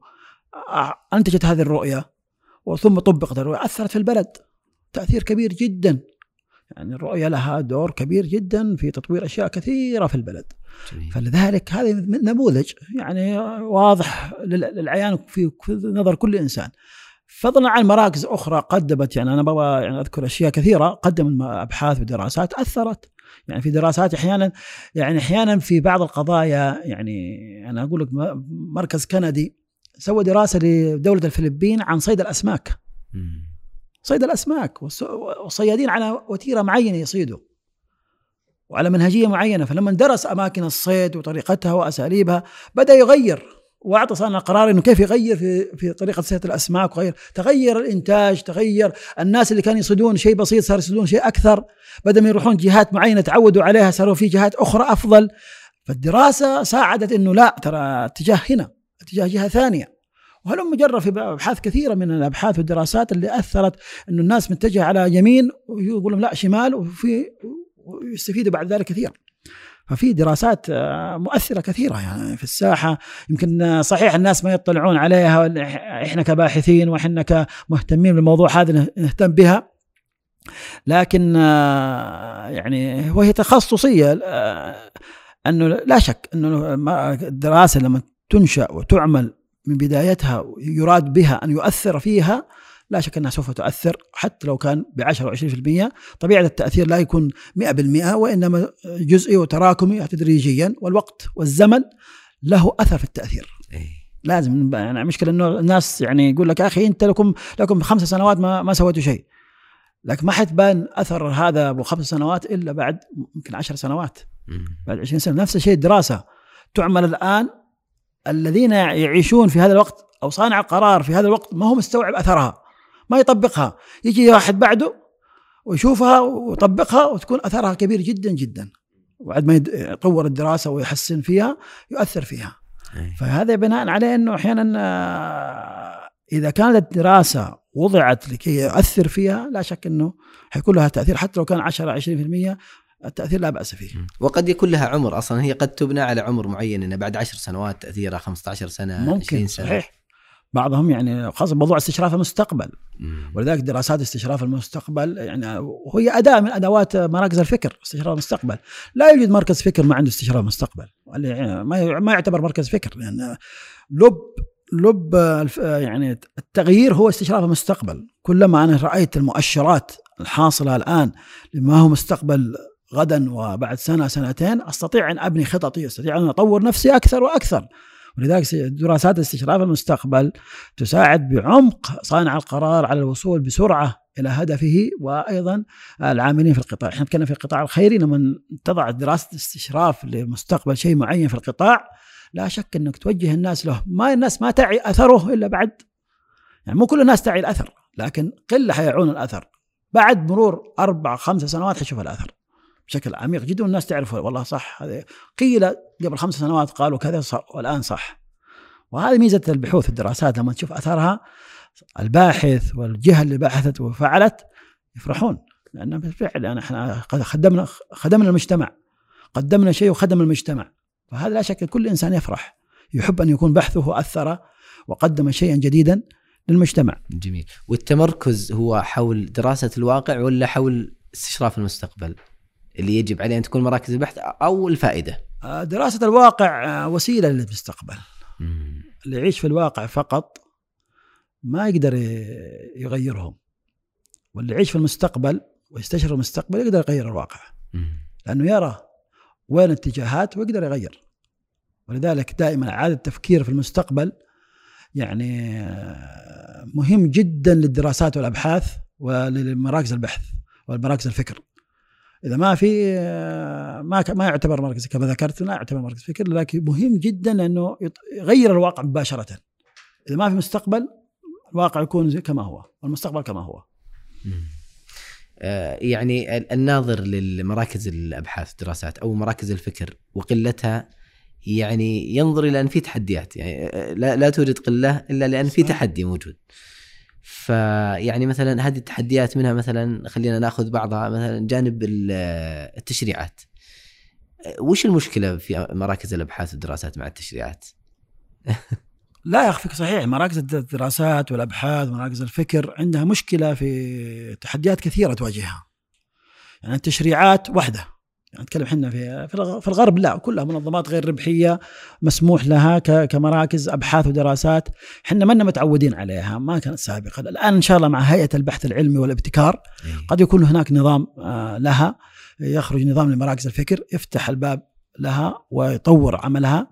أنتجت هذه الرؤية وثم طبقت الرؤية، أثرت في البلد تأثير كبير جدا. يعني الرؤية لها دور كبير جدا في تطوير أشياء كثيرة في البلد. جميل. فلذلك هذا نموذج يعني واضح للعيان في نظر كل إنسان، فضلا عن مراكز أخرى قدمت. يعني أنا بابا يعني أذكر أشياء كثيرة قدمت أبحاث ودراسات أثرت. يعني في دراسات أحيانا يعني أحيانا في بعض القضايا، يعني أنا أقول لك مركز كندي سوى دراسة لدولة الفلبين عن صيد الأسماك. م. صيد الأسماك والصيادين على وتيرة معينة يصيدوا وعلى منهجية معينة، فلما درس أماكن الصيد وطريقتها وأساليبها بدأ يغير، وأعطى صانع قرار إنه كيف يغير في في طريقة صيد الأسماك، وغير تغير الإنتاج، تغير الناس اللي كانوا يصيدون شيء بسيط صار يصيدون شيء أكثر، بدأ ما يروحون جهات معينة تعودوا عليها صاروا في جهات أخرى أفضل. فالدراسة ساعدت إنه لا ترى اتجاه هنا اتجاه جهة ثانية. وهلم مجرد في أبحاث كثيرة من الأبحاث والدراسات اللي أثرت إنه الناس متجهة على يمين ويقولون لا شمال، وفي ويستفيدوا بعد ذلك كثير. ففي دراسات مؤثرة كثيرة يعني في الساحة، يمكن صحيح الناس ما يطلعون عليها، إحنا كباحثين وإحنا كمهتمين بالموضوع هذا نهتم بها، لكن يعني وهي تخصصية. أنه لا شك أنه الدراسة لما تنشأ وتعمل من بدايتها يراد بها أن يؤثر فيها، لا شك أنها سوف تؤثر حتى لو كان بعشرة وعشرين في المية. طبيعة التأثير لا يكون مئة بالمئة، وإنما جزئي وتراكمي تدريجيا، والوقت والزمن له أثر في التأثير. لازم يعني مشكلة أنه الناس يعني يقول لك أخي أنت لكم لكم خمس سنوات ما ما سويتوا شيء، لكن ما حتبان أثر هذا بخمس سنوات إلا بعد ممكن عشر سنوات بعد عشرين سنة. نفس الشيء الدراسة تعمل الآن، الذين يعيشون في هذا الوقت أو صانع القرار في هذا الوقت ما هو مستوعب أثرها، ما يطبقها، يجي واحد بعده ويشوفها ويطبقها وتكون أثرها كبير جدا جدا، وبعد ما يطور الدراسة ويحسن فيها يؤثر فيها. فهذا بناء عليه أنه أحيانا إذا كانت الدراسة وضعت لكي يؤثر فيها لا شك أنه حيكون لها تأثير، حتى لو كان عشرة عشرين بالمئة التأثير لا بأس فيه. وقد يكون لها عمر أصلا، هي قد تبنى على عمر معين، إنه بعد عشر سنوات تأثيرها خمسة عشر سنة ممكن سنة. صحيح. بعضهم يعني خاصة موضوع استشراف المستقبل، ولذلك دراسات استشراف المستقبل يعني وهي أداة من أدوات مراكز الفكر. استشراف المستقبل لا يوجد مركز فكر ما عنده استشراف المستقبل، ما ما يعتبر مركز فكر، لأن يعني لب لب يعني التغيير هو استشراف المستقبل. كلما أنا رأيت المؤشرات الحاصلة الآن لما هو مستقبل غدا وبعد سنة سنتين، أستطيع أن أبني خططي، أستطيع أن أطور نفسي أكثر وأكثر. ولذلك دراسات استشراف المستقبل تساعد بعمق صانع القرار على الوصول بسرعة إلى هدفه، وأيضا العاملين في القطاع. احنا نتكلم في القطاع الخيري، لما تضع دراسة استشراف لمستقبل شيء معين في القطاع لا شك أنك توجه الناس له. ما الناس ما تعي أثره إلا بعد، يعني مو كل الناس تعي الأثر، لكن قلة حيعون الأثر. بعد مرور أربع خمس سنوات حيشوف الأثر بشكل عميق جدا، والناس تعرف والله صح، هذا قيل قبل خمس سنوات قالوا كذا والآن صح. وهذه ميزة البحوث الدراسات، لما تشوف أثرها الباحث والجهة اللي بحثت وفعلت يفرحون، لأن بالفعل يعني احنا خدمنا خدمنا المجتمع، قدمنا شيء وخدم المجتمع. فهذا لا شك كل إنسان يفرح، يحب أن يكون بحثه أثر وقدم شيئا جديدا للمجتمع. جميل. والتمركز هو حول دراسة الواقع ولا حول استشراف المستقبل اللي يجب عليه أن تكون مراكز البحث، أو الفائدة؟ دراسة الواقع وسيلة للمستقبل. مم. اللي يعيش في الواقع فقط ما يقدر يغيرهم، واللي يعيش في المستقبل ويستشرف المستقبل يقدر يغير الواقع. مم. لأنه يرى وين اتجاهات ويقدر يغير. ولذلك دائما إعادة التفكير في المستقبل يعني مهم جدا للدراسات والأبحاث وللمراكز البحث والمراكز الفكر. إذا ما في ما ما يعتبر مركز كما ذكرت، لا يعتبر مركز فكر، لكن مهم جدا لأنه يغير الواقع مباشرة. إذا ما في مستقبل الواقع يكون كما هو والمستقبل كما هو. يعني الناظر للمراكز الأبحاث والدراسات أو مراكز الفكر وقلتها يعني ينظر إلى أن في تحديات، يعني لا, لا توجد قلة إلا لأن في تحدي موجود. فيعني مثلا هذه التحديات منها مثلا خلينا نأخذ بعضها، مثلا جانب التشريعات. وش المشكلة في مراكز الأبحاث والدراسات مع التشريعات؟ لا يخفيك صحيح، مراكز الدراسات والأبحاث ومراكز الفكر عندها مشكلة في تحديات كثيرة تواجهها. يعني التشريعات وحده، يعني نتكلم حنا في في الغرب لا، كلها منظمات غير ربحية مسموح لها كمراكز أبحاث ودراسات، حنا ما متعودين عليها، ما كانت سابقا. الآن إن شاء الله مع هيئة البحث العلمي والابتكار قد يكون هناك نظام لها، يخرج نظام لمراكز الفكر يفتح الباب لها ويطور عملها.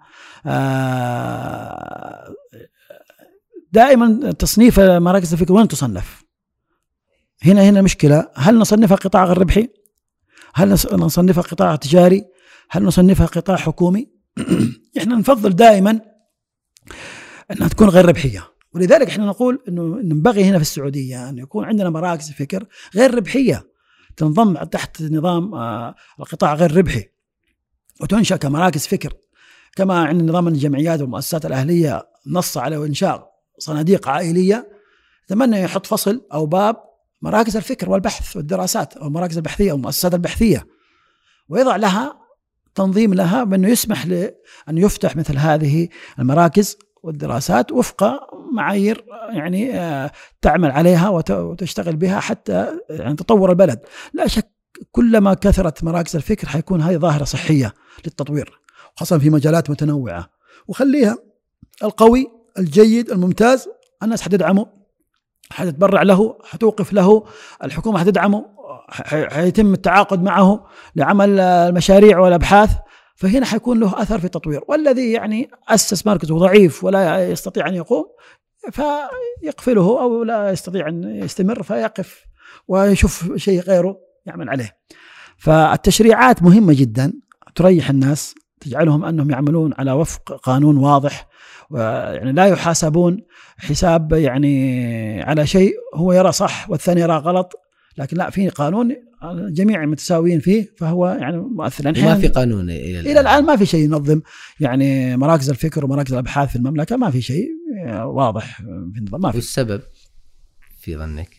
دائما تصنيف مراكز الفكر وين تصنف؟ هنا هنا مشكلة. هل نصنفها قطاع غير ربحي؟ هل نصنفها قطاع تجاري؟ هل نصنفها قطاع حكومي؟ احنا نفضل دائما انها تكون غير ربحية، ولذلك احنا نقول انه ينبغي هنا في السعودية ان يكون عندنا مراكز فكر غير ربحية تنضم تحت نظام القطاع غير ربحي وتنشأ كمراكز فكر، كما عند نظام الجمعيات والمؤسسات الأهلية نص على إنشاء صناديق عائلية. أتمنى يحط فصل أو باب مراكز الفكر والبحث والدراسات أو مراكز البحثية أو المؤسسات البحثية، ويضع لها تنظيم لها بأنه يسمح لأن يفتح مثل هذه المراكز والدراسات وفق معايير يعني تعمل عليها وتشتغل بها حتى يعني تطور البلد. لا شك كلما كثرت مراكز الفكر حيكون هذه ظاهرة صحية للتطوير، خاصة في مجالات متنوعة. وخليها القوي الجيد الممتاز الناس حتدعمه، حتتبرع له، حتوقف له، الحكومة حتدعمه، حيتم التعاقد معه لعمل المشاريع والأبحاث، فهنا حيكون له أثر في التطوير. والذي يعني أسس مركزه ضعيف ولا يستطيع أن يقوم فيقفله أو لا يستطيع أن يستمر فيقف ويشوف شيء غيره يعمل عليه. فالتشريعات مهمة جدا تريح الناس، تجعلهم أنهم يعملون على وفق قانون واضح، ويعني لا يحاسبون حساب يعني على شيء هو يرى صح والثاني يرى غلط، لكن لا، في قانون جميع متساويين فيه فهو يعني مؤثر. ما في قانون إلى الآن. إلى الآن ما في شيء ينظم يعني مراكز الفكر ومراكز الأبحاث في المملكة، ما في شيء واضح في النظام. ما في. والسبب في ظنك؟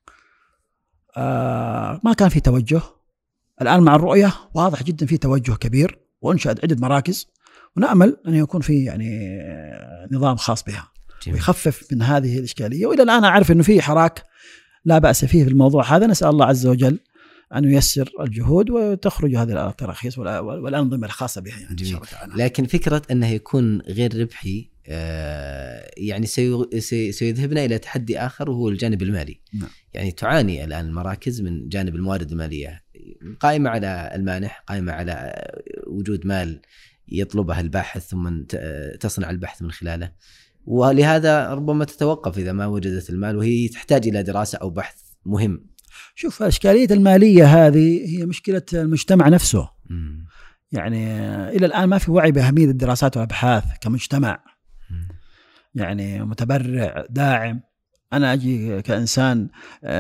آه ما كان في توجه. الآن مع الرؤية واضح جدا في توجه كبير، وانشأت عدة مراكز، ونأمل أن يكون في يعني نظام خاص بها ويخفف من هذه الإشكالية. وإلى الآن أعرف أنه في حراك لا بأس فيه في الموضوع هذا. نسأل الله عز وجل أن ييسر الجهود وتخرج هذه التراخيص والأنظمة الخاصة بها يعني إن شاء الله تعالى. لكن فكرة أنه يكون غير ربحي يعني سيذهبنا إلى تحدي آخر، وهو الجانب المالي. نعم. يعني تعاني الآن المراكز من جانب الموارد المالية، قائمة على المانح، قائمة على وجود مال يطلبها الباحث ثم تصنع البحث من خلاله، ولهذا ربما تتوقف إذا ما وجدت المال، وهي تحتاج إلى دراسة أو بحث مهم. شوف، الإشكالية المالية هذه هي مشكلة المجتمع نفسه. م. يعني إلى الآن ما في وعي بأهمية الدراسات والأبحاث كمجتمع. م. يعني متبرع داعم. أنا أجي كإنسان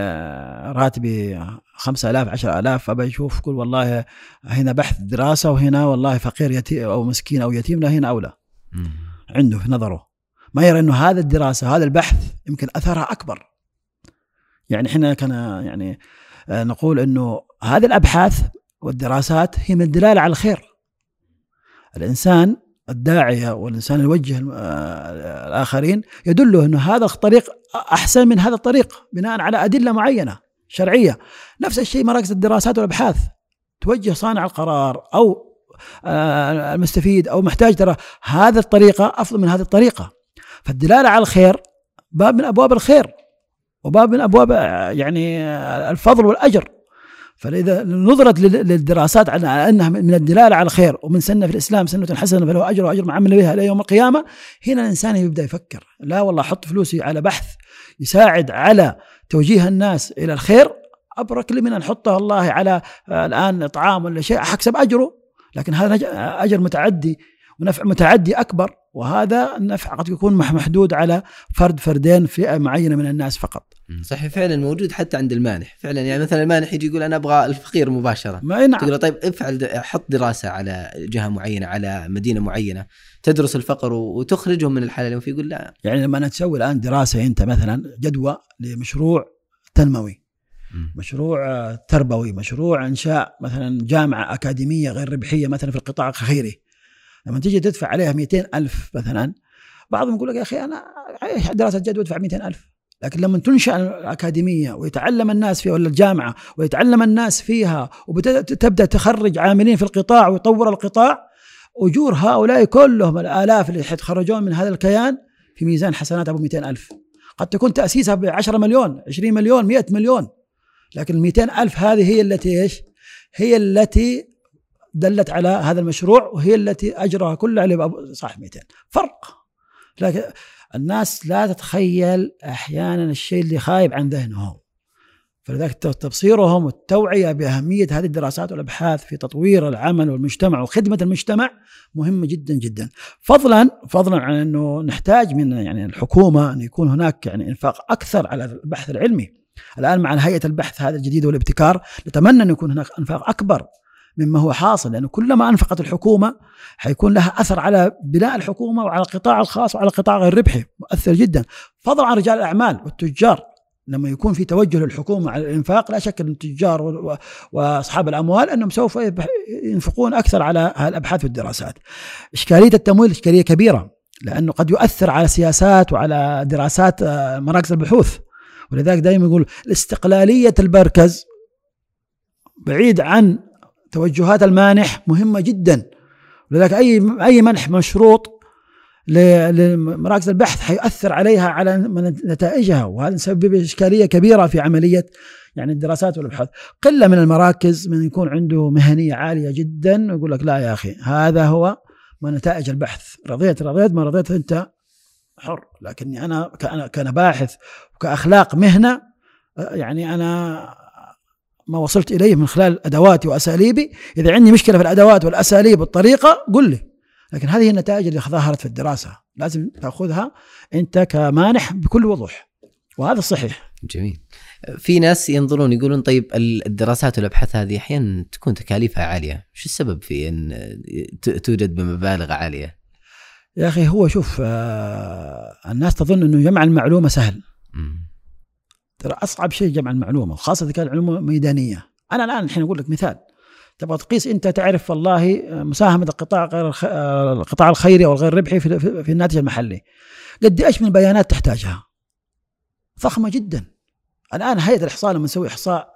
راتبي خمسة آلاف عشر آلاف، أبى أشوف كل والله هنا بحث دراسة وهنا والله فقير يتيم أو مسكين أو يتيم، لا هنا أولى. م. عنده في نظره ما يرى أنه هذا الدراسة هذا البحث يمكن أثرها أكبر. يعني إحنا كان يعني نقول أنه هذه الأبحاث والدراسات هي من الدلالة على الخير. الإنسان الداعية والإنسان يوجه الآخرين يدله أنه هذا الطريق أحسن من هذا الطريق بناء على أدلة معينة شرعية. نفس الشيء مراكز الدراسات والأبحاث توجه صانع القرار أو المستفيد أو محتاج، ترى هذا الطريقة أفضل من هذه الطريقة. فالدلالة على الخير باب من أبواب الخير وباب من أبواب يعني الفضل والأجر. فإذا نظرت للدراسات على أنها من الدلالة على الخير ومن سنة في الإسلام سنة حسنة فله أجر وأجر ما عمل بها إلى يوم القيامة، هنا الإنسان يبدأ يفكر، لا والله حط فلوسي على بحث يساعد على توجيه الناس إلى الخير، أبرك لي من أن نحطها الله على الآن إطعام ولا شيء أحسب أجره، لكن هذا أجر متعدي ونفع متعدي أكبر، وهذا النفع قد يكون محدود على فرد فردين فئة معينة من الناس فقط. صحيح، فعلا موجود حتى عند المانح فعلا. يعني مثلا المانح يجي يقول أنا أبغى الفقير مباشرة، نعم. تقول طيب افعل، حط دراسة على جهة معينة على مدينة معينة تدرس الفقر وتخرجهم من الحالة اللي فيه. يقول لا، يعني لما نتسوي الآن دراسة أنت مثلا جدوى لمشروع تنموي، م. مشروع تربوي، مشروع إنشاء مثلا جامعة أكاديمية غير ربحية مثلا في القطاع الخيري، لما تيجي تدفع عليها مئتين ألف مثلا، بعضهم يقول لك يا أخي أنا دراسة جدوى ادفع مئتين ألف. لكن لما تنشأ الأكاديمية ويتعلم الناس فيها ولا الجامعة ويتعلم الناس فيها وتبدأ تخرج عاملين في القطاع ويطور القطاع، أجور هؤلاء كلهم الآلاف اللي يتخرجون من هذا الكيان في ميزان حسنات أبو مئتين ألف. قد تكون تأسيسها بعشرة مليون، عشرين مليون، مئة مليون، لكن المئتين ألف هذه هي التي إيش؟ هي التي دلت على هذا المشروع، وهي التي أجرها كلها على صاحب مئتين. فرق. لكن الناس لا تتخيل أحيانا الشيء اللي خايب عن ذهنهم، فلذلك تبصيرهم والتوعية بأهمية هذه الدراسات والأبحاث في تطوير العمل والمجتمع وخدمة المجتمع مهمة جدا جدا. فضلا فضلا عن أنه نحتاج من يعني الحكومة أن يكون هناك يعني إنفاق أكثر على البحث العلمي. الآن مع هيئة البحث هذا الجديد والابتكار نتمنى أن يكون هناك إنفاق أكبر مما هو حاصل، لأنه كلما أنفقت الحكومة حيكون لها أثر على بناء الحكومة وعلى القطاع الخاص وعلى القطاع غير ربحي، مؤثر جدا. فضلا عن رجال الأعمال والتجار، لما يكون في توجه للحكومة على الإنفاق لا شك أن التجار وأصحاب الأموال أنهم سوف ينفقون أكثر على الأبحاث والدراسات. إشكالية التمويل إشكالية كبيرة، لأنه قد يؤثر على سياسات وعلى دراسات مراكز البحوث. ولذلك دائما يقول الاستقلالية المركز بعيد عن توجهات المانح مهمة جدا. ولذلك أي أي منح مشروط لمراكز البحث حيؤثر عليها على نتائجها، وهذا سبب إشكالية كبيرة في عملية يعني الدراسات والأبحاث. قلة من المراكز من يكون عنده مهنية عالية جدا ويقول لك لا يا أخي هذا هو ما نتائج البحث، رضيت رضيت ما رضيت أنت حر. لكني أنا كأنا باحث وكأخلاق مهنة يعني أنا ما وصلت إليه من خلال أدواتي وأساليبي. إذا عندي مشكلة في الأدوات والأساليب والطريقة قل لي، لكن هذه النتائج اللي ظهرت في الدراسة لازم تأخذها أنت كمانح بكل وضوح، وهذا الصحيح. جميل. في ناس ينظرون يقولون طيب الدراسات والأبحاث هذه أحيانا تكون تكاليفها عالية، شو السبب في أن توجد بمبالغ عالية؟ يا أخي هو شوف آه الناس تظن أنه جمع المعلومة سهل. م. ترى أصعب شيء جمع المعلومة، وخاصة إذا كانت معلومة ميدانية. أنا الآن الحين أقول لك مثال، تبغى تقيس، أنت تعرف والله مساهمة القطاع غير القطاع الخيري أو الغير ربحي في في الناتج المحلي، قد إيش من البيانات تحتاجها؟ ضخمة جدا. الآن هيئة الإحصاء لما نسوي إحصاء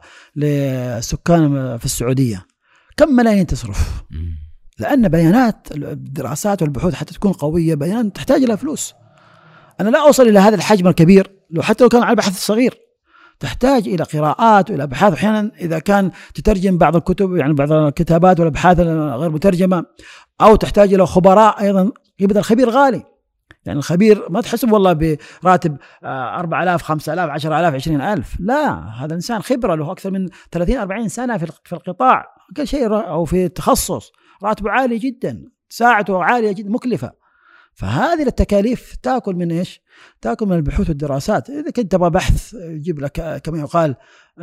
للسكان في السعودية كم ملايين تصرف؟ لأن بيانات الدراسات والبحوث حتى تكون قوية بيانات تحتاج إلى فلوس. أنا لا أوصل إلى هذا الحجم الكبير لو حتى لو كان على بحث صغير، تحتاج إلى قراءات وإلى أبحاث. أحيانا إذا كان تترجم بعض الكتب، يعني بعض الكتابات والأبحاث غير مترجمة، أو تحتاج إلى خبراء أيضا، يبدأ الخبير غالي. يعني الخبير ما تحسب والله براتب أربعة آلاف خمسة آلاف عشرة آلاف عشرين ألف، لا، هذا إنسان خبرة له أكثر من ثلاثين أربعين سنة في القطاع كل شيء أو في التخصص، راتبه عالي جدا، ساعته عالية جدا مكلفة. فهذه التكاليف تأكل من إيش؟ تأكل من البحوث والدراسات. إذا كنت تبغى بحث يجيب لك كما يقال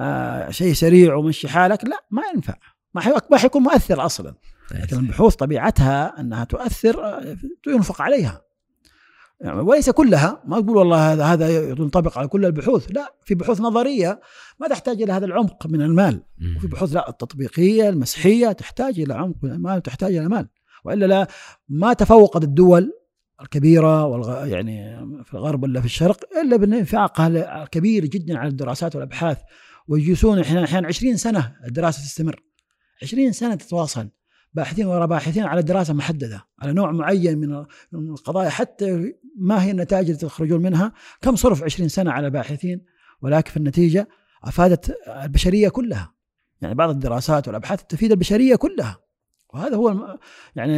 آه شيء سريع ومشي حالك، لا، ما ينفع، ما حيكون مؤثر أصلا. لكن البحوث طبيعتها أنها تؤثر، ينفق عليها، يعني وليس كلها. ما تقول والله هذا هذا ينطبق على كل البحوث، لا، في بحوث نظرية ما تحتاج إلى هذا العمق من المال، وفي بحوث لا، التطبيقية المسحية تحتاج إلى عمق من المال، تحتاج إلى مال، وإلا لا ما تفوقت الدول الكبيرة والغ... يعني في الغرب ولا في الشرق إلا بانفاقها الكبير جدا على الدراسات والأبحاث. ويجلسون إحنا أحيانا عشرين سنة الدراسة تستمر، عشرين سنة تتواصل، باحثين وراء باحثين على دراسة محددة على نوع معين من القضايا، حتى ما هي النتائج اللي تخرجون منها. كم صرف عشرين سنة على باحثين، ولكن في النتيجة أفادت البشرية كلها. يعني بعض الدراسات والأبحاث تفيد البشرية كلها، وهذا هو يعني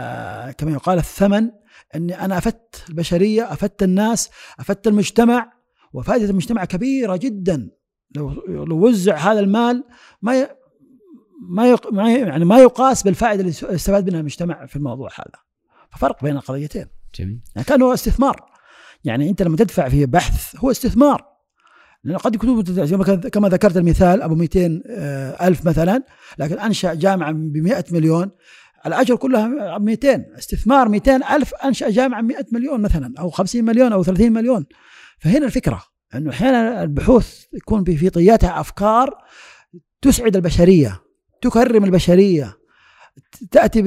كما يقال الثمن، أني أنا أفدت البشرية، أفدت الناس، أفدت المجتمع، وفائدة المجتمع كبيرة جدا. لو لو وزع هذا المال ما ي... ما يق... يعني ما يقاس بالفائدة اللي استفاد منها المجتمع في الموضوع هذا. ففرق بين القضيتين. جميل. يعني كان هو استثمار. يعني أنت لما تدفع في بحث هو استثمار، لأنه قد يكون كما ذكرت المثال أبو مئتين ألف مثلا، لكن أنشأ جامعة بمئة مليون، الأجر كلها مئتين، استثمار مئتين ألف، أنشأ جامعة مئة مليون مثلا، أو خمسين مليون أو ثلاثين مليون. فهنا الفكرة أنه أحيانا البحوث يكون في طياتها أفكار تسعد البشرية، تكرم البشرية، تأتي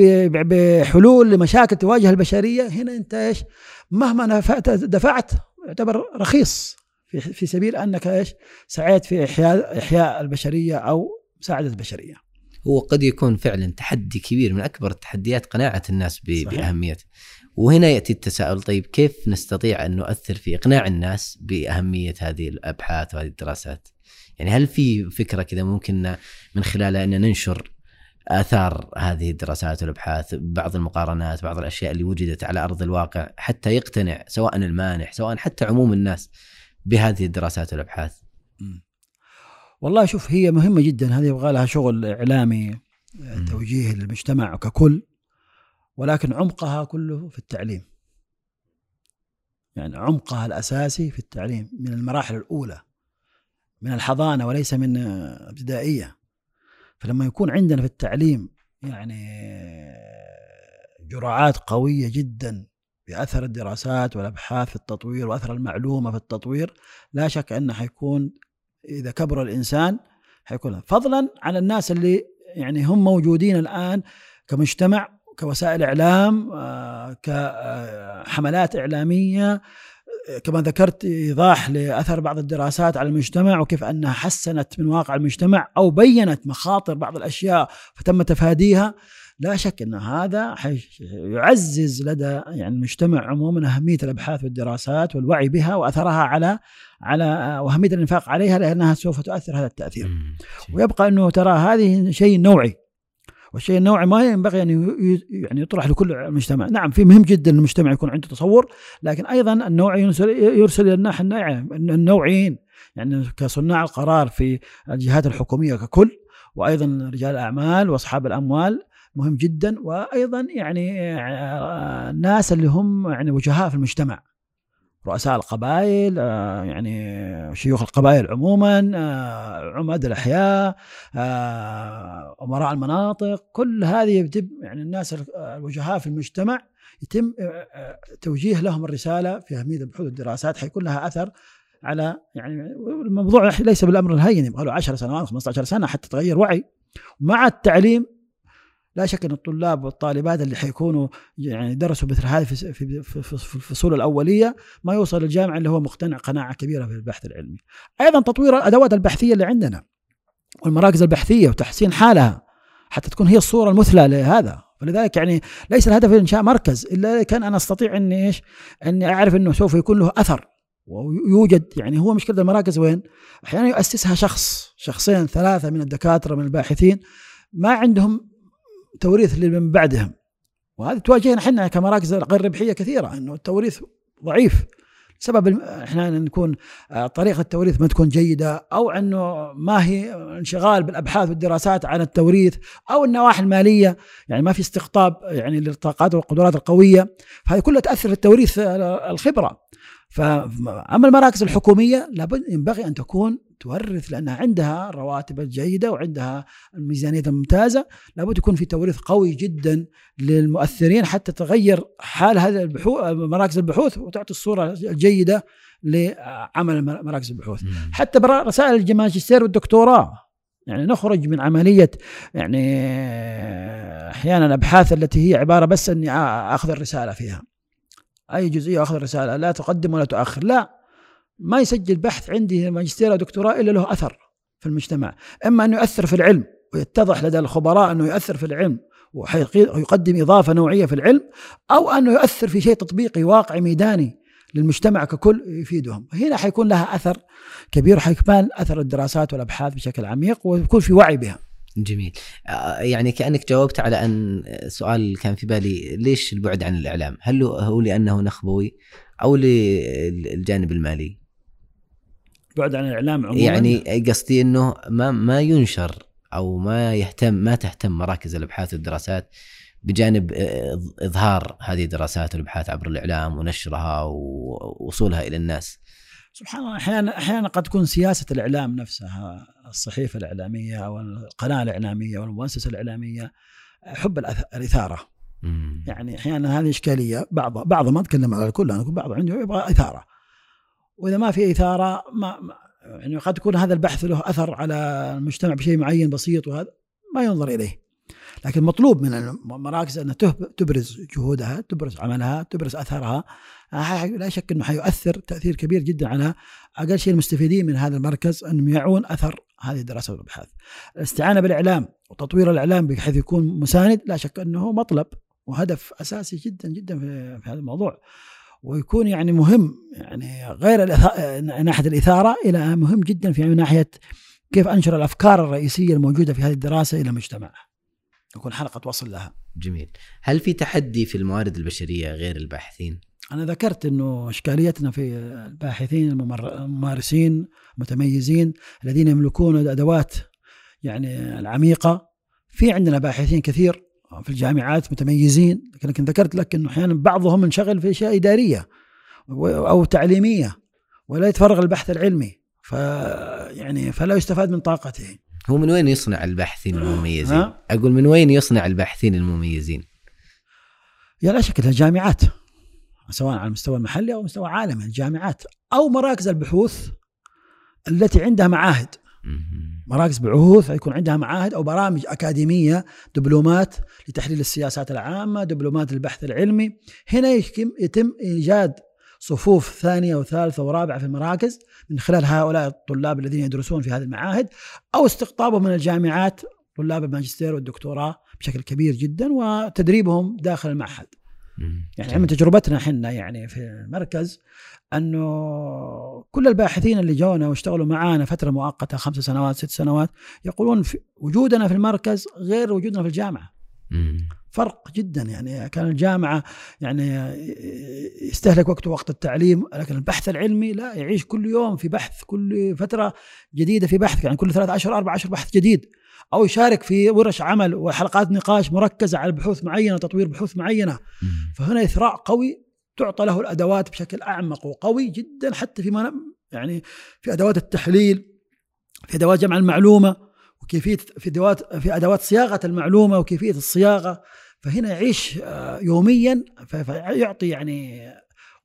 بحلول لمشاكل تواجه البشرية. هنا أنت إيش مهما دفعت يعتبر رخيص في في سبيل أنك إيش سعيت في إحياء إحياء البشرية أو مساعدة البشرية. هو قد يكون فعلا تحدي كبير، من أكبر التحديات قناعة الناس بأهميته. وهنا يأتي التساؤل، طيب كيف نستطيع أن نؤثر في إقناع الناس بأهمية هذه الأبحاث وهذه الدراسات؟ يعني هل في فكرة كذا ممكن من خلالها أن ننشر آثار هذه الدراسات والأبحاث، بعض المقارنات، بعض الأشياء اللي وجدت على أرض الواقع، حتى يقتنع سواء المانح سواء حتى عموم الناس بهذه الدراسات والأبحاث؟ والله شوف، هي مهمة جدا، هذه يبغى لها شغل إعلامي، توجيه للمجتمع ككل، ولكن عمقها كله في التعليم. يعني عمقها الأساسي في التعليم من المراحل الأولى، من الحضانة وليس من ابتدائية. فلما يكون عندنا في التعليم يعني جرعات قوية جدا بأثر الدراسات والأبحاث في التطوير وأثر المعلومة في التطوير، لا شك أنه حيكون إذا كبر الإنسان حيكون، فضلا على الناس اللي يعني هم موجودين الآن كمجتمع، كوسائل إعلام، كحملات إعلامية، كما ذكرت إيضاح لأثر بعض الدراسات على المجتمع وكيف أنها حسنت من واقع المجتمع أو بيّنت مخاطر بعض الأشياء فتم تفاديها. لا شك أن هذا يعزز لدى يعني المجتمع عموما أهمية الأبحاث والدراسات والوعي بها وأثرها على على وأهمية الإنفاق عليها، لأنها سوف تؤثر هذا التأثير. ويبقى أنه ترى هذه شيء نوعي، والشيء النوعي ما ينبغي أن يعني يطرح لكل المجتمع. نعم، في مهم جدا المجتمع يكون عنده تصور، لكن أيضا النوعي يرسل يرسل إلى الناحية النوعيين، يعني كصناع القرار في الجهات الحكومية ككل، وأيضا رجال الأعمال وأصحاب الأموال مهم جدا، وأيضا يعني الناس اللي هم يعني وجهاء في المجتمع، رؤساء القبائل، يعني شيوخ القبائل عموما، عماد الأحياء، أمراء المناطق، كل هذه يتم يعني الناس الوجهاء في المجتمع يتم توجيه لهم الرسالة في أهمية البحوث والدراسات، حيكون لها أثر على يعني الموضوع ليس بالأمر الهين، يبغى له عشر سنوات خمسة عشر سنة حتى تغير وعي. مع التعليم لا شك أن الطلاب والطالبات اللي حيكونوا يعني درسوا مثل هذه في في في الفصول الأولية ما يوصل الجامعة اللي هو مقتنع قناعة كبيرة في البحث العلمي. أيضا تطوير الأدوات البحثية اللي عندنا والمراكز البحثية وتحسين حالها حتى تكون هي الصورة المثلى لهذا. فلذلك يعني ليس الهدف إنشاء مركز إلا كان أنا أستطيع إني إيش إني أعرف إنه سوف يكون له أثر ويوجد. يعني هو مشكلة المراكز وين؟ أحيانا يؤسسها شخص شخصين ثلاثة من الدكاترة من الباحثين ما عندهم توريث من بعدهم، وهذه تواجهنا احنا كمراكز غير ربحيه كثيره انه التوريث ضعيف سبب احنا نكون طريقه التوريث ما تكون جيده، او انه ما هي انشغال بالابحاث والدراسات عن التوريث، او النواحي الماليه يعني ما في استقطاب يعني للطاقات والقدرات القويه، فهذه كلها تاثر في التوريث الخبره. فاما المراكز الحكوميه لابد ينبغي ان تكون تورث لأنها عندها رواتب جيدة وعندها الميزانية الممتازة، لابد يكون في توريث قوي جدا للمؤثرين حتى تغير حال هذه البحوث مراكز البحوث وتعطي الصورة الجيدة لعمل مراكز البحوث. حتى رسائل الماجستير والدكتوراه يعني نخرج من عملية يعني أحيانا الأبحاث التي هي عبارة بس أني أخذ الرسالة فيها أي جزئية أخذ الرسالة لا تقدم ولا تؤخر، لا ما يسجل بحث عندي ماجستير أو دكتوراه إلا له أثر في المجتمع، إما أنه يؤثر في العلم ويتضح لدى الخبراء أنه يؤثر في العلم ويقدم إضافة نوعية في العلم، أو أنه يؤثر في شيء تطبيقي واقعي ميداني للمجتمع ككل يفيدهم. هنا حيكون لها أثر كبير، حيكون أثر الدراسات والأبحاث بشكل عميق ويكون في وعي بها. جميل. يعني كأنك جاوبت على أن سؤال كان في بالي، ليش البعد عن الإعلام؟ هل هو لأنه نخبوي أو للجانب المالي؟ بعد عن الإعلام عموما يعني قصدي أنه ما ما ينشر أو ما يهتم ما تهتم مراكز الأبحاث والدراسات بجانب إظهار هذه الدراسات والأبحاث عبر الإعلام ونشرها ووصولها إلى الناس. سبحان الله أحيانا أحيانا قد تكون سياسة الإعلام نفسها، الصحيفة الإعلامية أو القناة الإعلامية أو المؤسسة الإعلامية حب الإثارة. مم. يعني أحيانا هذه إشكالية، بعض بعض ما أتكلم على الكل، أنا أقول بعض عنده يبغى إثارة، وإذا ما في إثارة ما يعني قد يكون هذا البحث له أثر على المجتمع بشيء معين بسيط وهذا ما ينظر إليه. لكن مطلوب من المراكز أن تبرز جهودها، تبرز عملها، تبرز أثرها. لا شك أنه حيؤثر تأثير كبير جدا على أقل شيء المستفيدين من هذا المركز أنهم يعون أثر هذه الدراسة والأبحاث. الاستعانة بالإعلام وتطوير الإعلام بحيث يكون مساند لا شك أنه مطلب وهدف أساسي جدا جدا في هذا الموضوع، ويكون يعني مهم يعني غير ناحية الإثارة إلى مهم جدا في ناحية كيف أنشر الأفكار الرئيسية الموجودة في هذه الدراسة إلى المجتمع، يكون حلقة وصل لها. جميل. هل في تحدي في الموارد البشرية غير الباحثين؟ أنا ذكرت أنه إشكاليتنا في الباحثين الممارسين متميزين الذين يملكون الأدوات يعني العميقة. في عندنا باحثين كثير في الجامعات متميزين، لكن ذكرت لك أنه أحيانا بعضهم منشغل في أشياء إدارية أو تعليمية ولا يتفرغ البحث العلمي، فيعني فلا يستفاد من طاقته. هو من وين يصنع الباحثين المميزين؟ أقول من وين يصنع الباحثين المميزين؟ يا لا شك الجامعات، سواء على المستوى المحلي أو مستوى عالمي، الجامعات أو مراكز البحوث التي عندها معاهد. مراكز بحوث يكون عندها معاهد أو برامج أكاديمية، دبلومات لتحليل السياسات العامة، دبلومات البحث العلمي. هنا يتم إيجاد صفوف ثانية وثالثة ورابعة في المراكز من خلال هؤلاء الطلاب الذين يدرسون في هذه المعاهد، أو استقطابهم من الجامعات طلاب الماجستير والدكتوراه بشكل كبير جدا وتدريبهم داخل المعهد. يعني من تجربتنا حنا يعني في المركز أنه كل الباحثين اللي جونا واشتغلوا معانا فترة مؤقتة خمس سنوات ست سنوات يقولون في وجودنا في المركز غير وجودنا في الجامعة. فرق جدا. يعني كان الجامعة يعني يستهلك وقته وقت التعليم، لكن البحث العلمي لا، يعيش كل يوم في بحث، كل فترة جديدة في بحث، يعني كل ثلاث أشهر أربع أشهر بحث جديد، أو يشارك في ورش عمل وحلقات نقاش مركزة على بحوث معينة، تطوير بحوث معينة. فهنا إثراء قوي تعطى له الأدوات بشكل أعمق وقوي جدا، حتى في يعني في أدوات التحليل، في أدوات جمع المعلومة، وكيفية في أدوات في أدوات صياغة المعلومة وكيفية الصياغة. فهنا يعيش يوميا، فيعطي يعني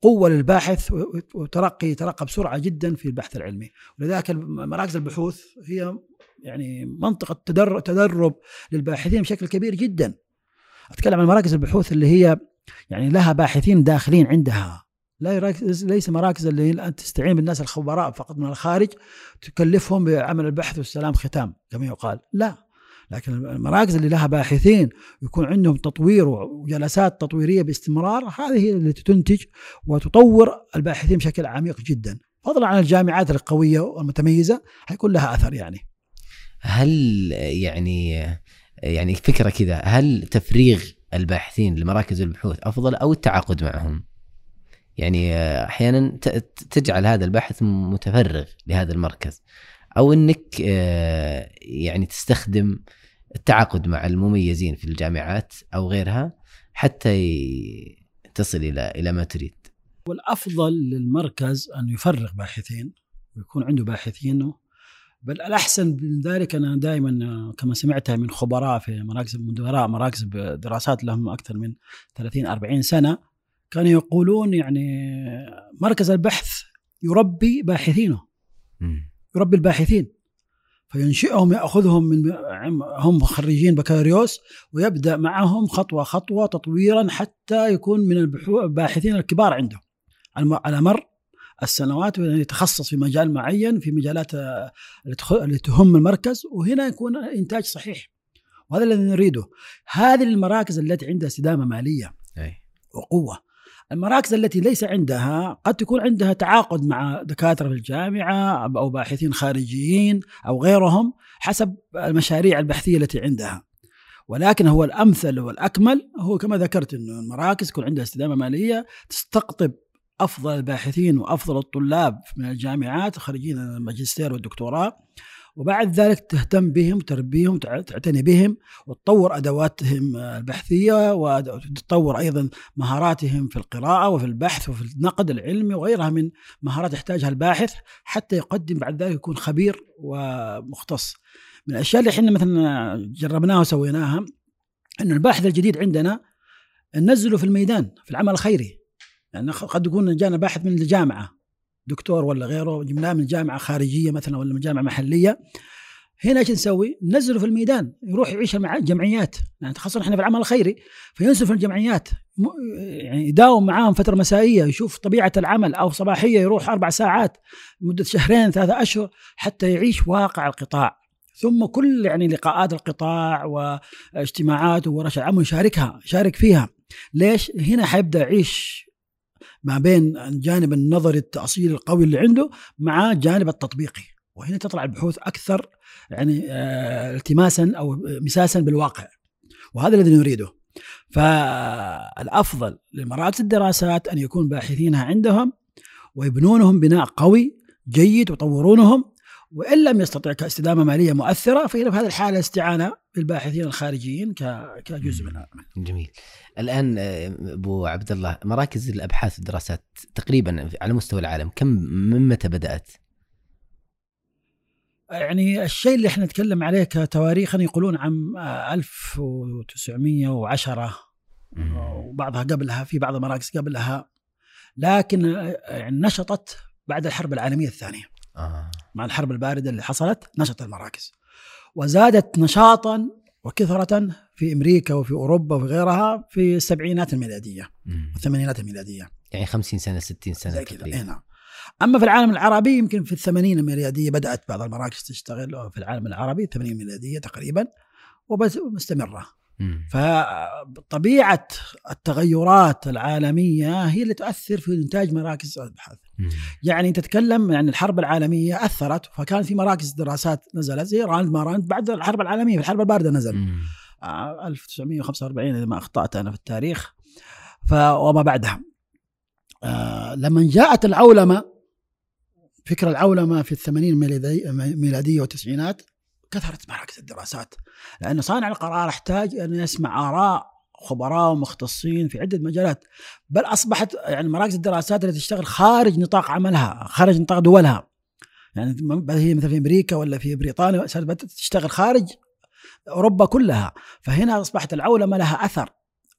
قوة للباحث وترقي ترقى بسرعة جدا في البحث العلمي. ولذلك مراكز البحوث هي يعني منطقة تدرب, تدرب للباحثين بشكل كبير جدا. أتكلم عن مراكز البحوث اللي هي يعني لها باحثين داخلين عندها، لا ليس مراكز اللي تستعين بالناس الخبراء فقط من الخارج تكلفهم بعمل البحث والسلام ختام كما يقال، لا، لكن المراكز اللي لها باحثين يكون عندهم تطوير وجلسات تطويرية باستمرار، هذه هي التي تنتج وتطور الباحثين بشكل عميق جدا، فضلا عن الجامعات القوية والمتميزة هيكون لها أثر. يعني هل يعني يعني فكرة كذا، هل تفريغ الباحثين لمراكز البحوث أفضل أو التعاقد معهم؟ يعني أحيانا تجعل هذا الباحث متفرغ لهذا المركز، أو أنك يعني تستخدم التعاقد مع المميزين في الجامعات أو غيرها حتى تصل إلى إلى ما تريد. والأفضل للمركز أن يفرغ باحثين ويكون عنده باحثين، بل الأحسن من ذلك أنا دائما كما سمعتها من خبراء في مراكز مدراء مراكز دراسات لهم أكثر من ثلاثين أربعين سنة كانوا يقولون يعني مركز البحث يربي باحثينه، يربي الباحثين فينشئهم، يأخذهم من هم خريجين بكالوريوس ويبدأ معهم خطوة خطوة تطويرا حتى يكون من الباحثين الكبار عنده على مر السنوات، يتخصص في مجال معين في مجالات اللي تهم المركز، وهنا يكون إنتاج صحيح، وهذا الذي نريده. هذه المراكز التي عندها استدامة مالية وقوة. المراكز التي ليس عندها قد تكون عندها تعاقد مع دكاترة في الجامعة أو باحثين خارجيين أو غيرهم حسب المشاريع البحثية التي عندها، ولكن هو الأمثل والأكمل هو كما ذكرت أنه المراكز يكون عندها استدامة مالية تستقطب أفضل الباحثين وأفضل الطلاب من الجامعات خريجين الماجستير والدكتوراه، وبعد ذلك تهتم بهم تربيهم تعتني بهم وتطور أدواتهم البحثية وتطور أيضا مهاراتهم في القراءة وفي البحث وفي النقد العلمي وغيرها من مهارات يحتاجها الباحث حتى يقدم بعد ذلك يكون خبير ومختص. من الأشياء اللي احنا مثلا جربناها وسويناها أن الباحث الجديد عندنا ننزله في الميدان في العمل الخيري، يعني قد يكون جانا باحث من الجامعة دكتور ولا غيره جبناه من جامعة خارجية مثلا ولا من جامعة محلية، هنا ايش نسوي؟ ننزله في الميدان يروح يعيش مع الجمعيات، يعني خاصة احنا في العمل الخيري فينزل في الجمعيات يعني يداوم معاهم فترة مسائية يشوف طبيعة العمل، أو صباحية يروح أربع ساعات مدة شهرين ثلاثة أشهر حتى يعيش واقع القطاع، ثم كل يعني لقاءات القطاع واجتماعات وورش العمل يشاركها يشارك فيها. ليش؟ هنا حيبدأ يعيش ما بين الجانب النظري التأصيل القوي اللي عنده مع الجانب التطبيقي، وهنا تطلع البحوث أكثر يعني اه التماسا أو مساسا بالواقع، وهذا الذي نريده. فالأفضل لمراكز الدراسات أن يكون باحثينها عندهم ويبنونهم بناء قوي جيد ويطورونهم، وإن لم يستطيع كاستدامة مالية مؤثرة فهنا في هذه الحالة استعانة بالباحثين الخارجيين كجزء منها. جميل. الآن أبو عبد الله، مراكز الأبحاث والدراسات تقريبا على مستوى العالم كم من متى بدأت؟ يعني الشيء اللي احنا نتكلم عليه كتواريخا يقولون عام ألف وتسعمائة وعشرة وبعضها قبلها، في بعض المراكز قبلها، لكن يعني نشطت بعد الحرب العالمية الثانية. آه. مع الحرب الباردة اللي حصلت نشط المراكز وزادت نشاطا وكثرة في أمريكا وفي أوروبا وفي غيرها في السبعينات الميلادية والثمانينات الميلادية، يعني خمسين سنة ستين سنة تقريبا. أما في العالم العربي يمكن في الثمانين الميلادية بدأت بعض المراكز تشتغل في العالم العربي، الثمانين الميلادية تقريبا، ومستمرة. فطبيعة التغيرات العالمية هي اللي تؤثر في إنتاج مراكز الأبحاث. يعني تتكلم يعني الحرب العالمية أثرت، فكان في مراكز دراسات نزلت زي راند ماراند بعد الحرب العالمية، في الحرب الباردة نزل آه ألف وتسعمائة وخمسة وأربعين إذا ما أخطأت أنا في التاريخ، وما بعدها آه لما جاءت العولمة، فكرة العولمة في الثمانين ميلادية والتسعينات، كثرت مراكز الدراسات، لأن صانع القرار احتاج أن يسمع آراء خبراء ومختصين في عدة مجالات، بل أصبحت يعني مراكز الدراسات التي تشتغل خارج نطاق عملها، خارج نطاق دولها، يعني هي مثل في أمريكا ولا في بريطانيا تشتغل خارج أوروبا كلها، فهنا أصبحت العولمة لها أثر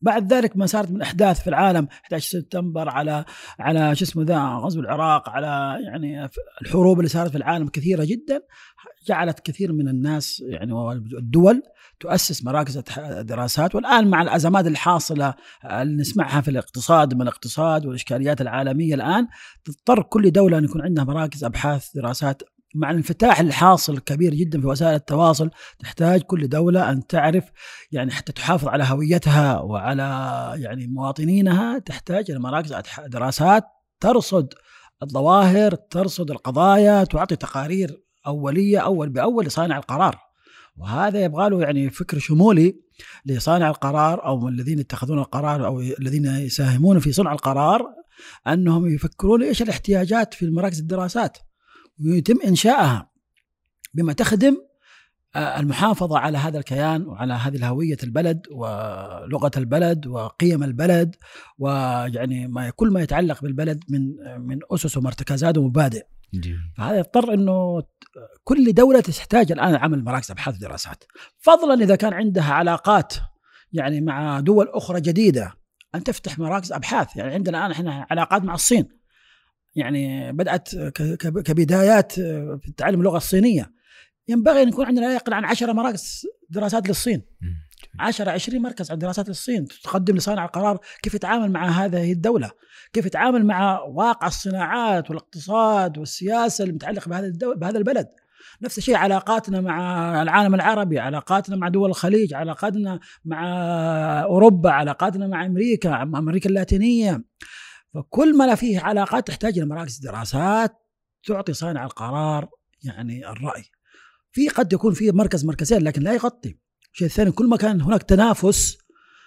بعد ذلك ما صارت من احداث في العالم إحدى عشر سبتمبر، على على شو اسمه ذا غزو العراق، على يعني الحروب اللي صارت في العالم كثيره جدا، جعلت كثير من الناس يعني والدول تؤسس مراكز دراسات. والآن مع الأزمات الحاصلة اللي نسمعها في الاقتصاد من الاقتصاد والإشكاليات العالمية، الآن تضطر كل دولة أن يكون عندها مراكز أبحاث دراسات. مع الانفتاح الحاصل كبير جدا في وسائل التواصل، تحتاج كل دولة أن تعرف يعني حتى تحافظ على هويتها وعلى يعني مواطنينها، تحتاج إلى مراكز دراسات ترصد الظواهر، ترصد القضايا، تعطي تقارير أولية أول بأول لصانع القرار. وهذا يبغى له يعني فكر شمولي لصانع القرار أو الذين يتخذون القرار أو الذين يساهمون في صنع القرار، أنهم يفكرون إيش الاحتياجات في مراكز الدراسات ويتم إنشائها بما تخدم المحافظة على هذا الكيان وعلى هذه الهوية البلد ولغة البلد وقيم البلد، ويعني ما كل ما يتعلق بالبلد من من أسس ومرتكزات ومبادئ. فهذا يضطر أنه كل دولة تحتاج الآن عمل مراكز أبحاث ودراسات، فضلا إذا كان عندها علاقات يعني مع دول أخرى جديدة أن تفتح مراكز أبحاث. يعني عندنا الآن إحنا علاقات مع الصين، يعني بدأت كبدايات في تعلم اللغة الصينية، ينبغي أن يكون عندنا لا يقل عن عشر مراكز دراسات للصين، عشرة عشرين مركز عن دراسات للصين تقدم لصانع القرار كيف يتعامل مع هذه الدولة، كيف يتعامل مع واقع الصناعات والاقتصاد والسياسة المتعلقة بهذا بهذا البلد. نفس الشيء علاقاتنا مع العالم العربي، علاقاتنا مع دول الخليج، علاقاتنا مع أوروبا، علاقاتنا مع أمريكا، مع أمريكا اللاتينية. فكل ما فيه علاقات تحتاج إلى مراكز دراسات تعطي صانع القرار يعني الرأي. في قد يكون في مركز مركزين لكن لا يغطي. الشيء الثاني، كل ما كان هناك تنافس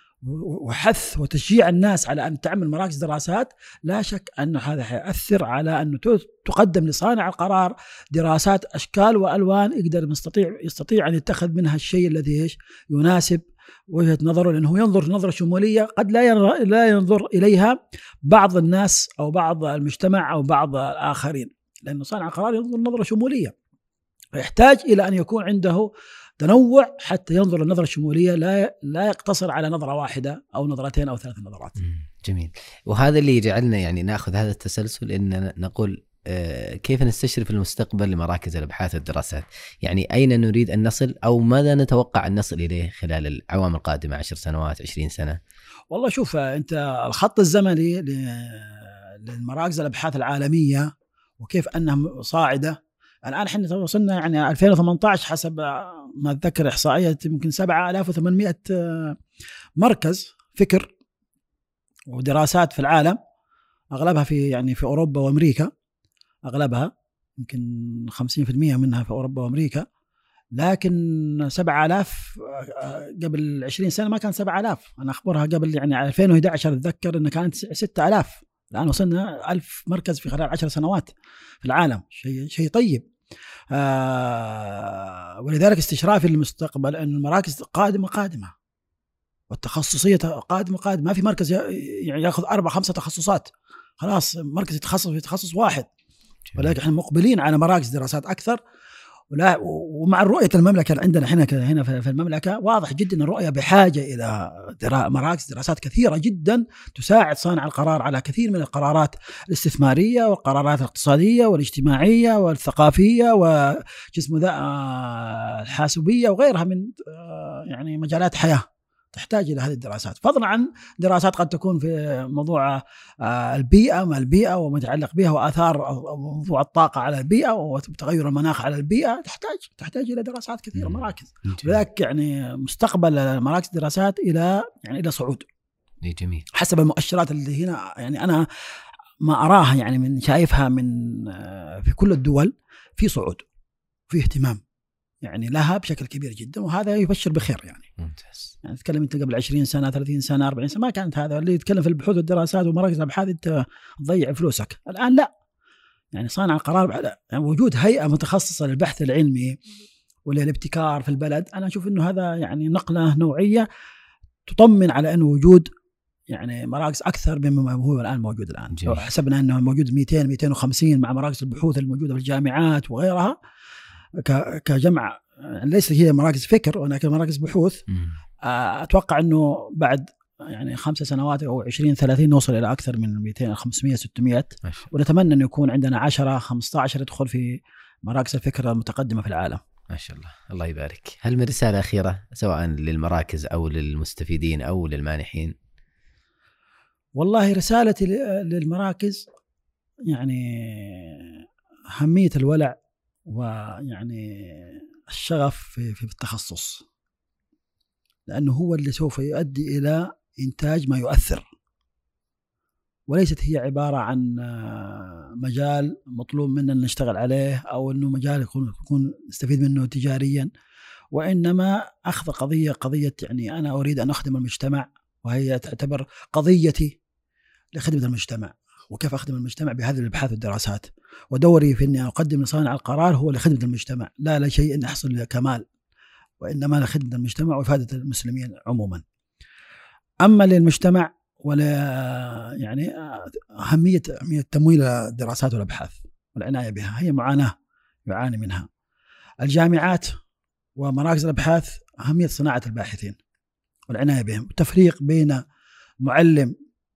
وحث وتشجيع الناس على أن تعمل مراكز دراسات، لا شك أن هذا يؤثر على أن تقدم لصانع القرار دراسات أشكال وألوان يقدر يستطيع يستطيع أن يتخذ منها الشيء الذي إيش يناسب وجهة نظره، لأنه ينظر نظرة شمولية قد لا لا ينظر إليها بعض الناس أو بعض المجتمع أو بعض الآخرين، لأن صانع القرار ينظر نظرة شمولية، فيحتاج إلى أن يكون عنده تنوع حتى ينظر النظرة الشمولية، لا لا يقتصر على نظرة واحدة أو نظرتين أو ثلاث نظرات. جميل. وهذا اللي يجعلنا يعني نأخذ هذا التسلسل إن نقول كيف نستشرف المستقبل لمراكز الأبحاث والدراسات، يعني أين نريد أن نصل أو ماذا نتوقع أن نصل إليه خلال الأعوام القادمة، عشر سنوات عشرين سنة؟ والله شوف، أنت الخط الزمني للمراكز الأبحاث العالمية وكيف أنها صاعدة، الآن احنا وصلنا يعني ألفين وثمانية عشر حسب ما أتذكر إحصائية يمكن سبعة آلاف وثمانمائة مركز فكر ودراسات في العالم، أغلبها في يعني في أوروبا وأمريكا، أغلبها يمكن خمسين بالمئة منها في أوروبا وأمريكا. لكن سبعة آلاف قبل عشرين سنة ما كان سبعة آلاف، أنا أخبرها قبل يعني ألفين وإحدى عشر أتذكر أن كانت ستة آلاف، الآن وصلنا ألف مركز في خلال عشر سنوات في العالم، شيء شيء طيب. آه ولذلك استشرافي للمستقبل أن المراكز قادمة قادمة والتخصصية قادمة قادمة، ما في مركز يعني يأخذ أربع خمسة تخصصات خلاص مركز يتخصص في تخصص واحد، ولكن احنا مقبلين على مراكز دراسات أكثر. ولا ومع الرؤية المملكة عندنا هنا هنا في المملكة واضح جدا أن الرؤية بحاجة إلى مراكز دراسات كثيرة جدا تساعد صانع القرار على كثير من القرارات الاستثمارية والقرارات الاقتصادية والاجتماعية والثقافية وجسم ذا الحاسوبية وغيرها من يعني مجالات حياة تحتاج إلى هذه الدراسات، فضلا عن دراسات قد تكون في موضوع البيئة ما البيئة وما يتعلق بها وآثار موضوع الطاقة على البيئة وتغير المناخ على البيئة، تحتاج تحتاج إلى دراسات كثيرة مراكز. لذلك يعني مستقبل مراكز دراسات إلى يعني إلى صعود. جميل. حسب المؤشرات اللي هنا يعني أنا ما أراها يعني من شايفها من في كل الدول في صعود في اهتمام يعني لها بشكل كبير جدا، وهذا يبشر بخير يعني. ممتاز. يعني تتكلم انت قبل عشرين سنة ثلاثين سنة أربعين سنة ما كانت هذا اللي يتكلم في البحوث والدراسات ومراكز الابحاث انت تضيع فلوسك. الآن لا، يعني صانع القرار يعني وجود هيئة متخصصة للبحث العلمي وللابتكار في البلد، أنا أشوف إنه هذا يعني نقلة نوعية تطمن على أنه وجود يعني مراكز أكثر مما هو الآن موجود الآن. لو حسبنا أنه موجود مئتين مئتين وخمسين مع مراكز البحوث الموجودة في الجامعات وغيرها كجمع، ليس هي مراكز فكر ولكن مراكز بحوث، أتوقع أنه بعد يعني خمسة سنوات أو عشرين ثلاثين نوصل إلى أكثر من مئتين خمسمائة ستمائة، ونتمنى أن يكون عندنا عشرة خمسة عشر يدخل في مراكز الفكرة المتقدمة في العالم. ما شاء الله، الله يبارك. هل من رسالة أخيرة سواء للمراكز أو للمستفيدين أو للمانحين؟ والله رسالتي للمراكز يعني أهمية الولع ويعني الشغف في في التخصص، لأنه هو اللي سوف يؤدي إلى إنتاج ما يؤثر، وليست هي عبارة عن مجال مطلوب منا نشتغل عليه أو أنه مجال يكون يكون نستفيد منه تجاريا، وإنما أخذ قضية قضية يعني أنا أريد أن أخدم المجتمع، وهي تعتبر قضيتي لخدمة المجتمع. وكيف أخدم المجتمع؟ بهذه الأبحاث والدراسات، ودوري في أني أقدم لصانع القرار هو لخدمة المجتمع، لا لشيء أن أحصل لكمال، وإنما لخدمة المجتمع وإفادة المسلمين عموما. أما للمجتمع ولا يعني أهمية أهمية تمويل الدراسات والأبحاث والعناية بها، هي معاناة يعاني منها الجامعات ومراكز الأبحاث. أهمية صناعة الباحثين والعناية بهم، والتفريق بين معلم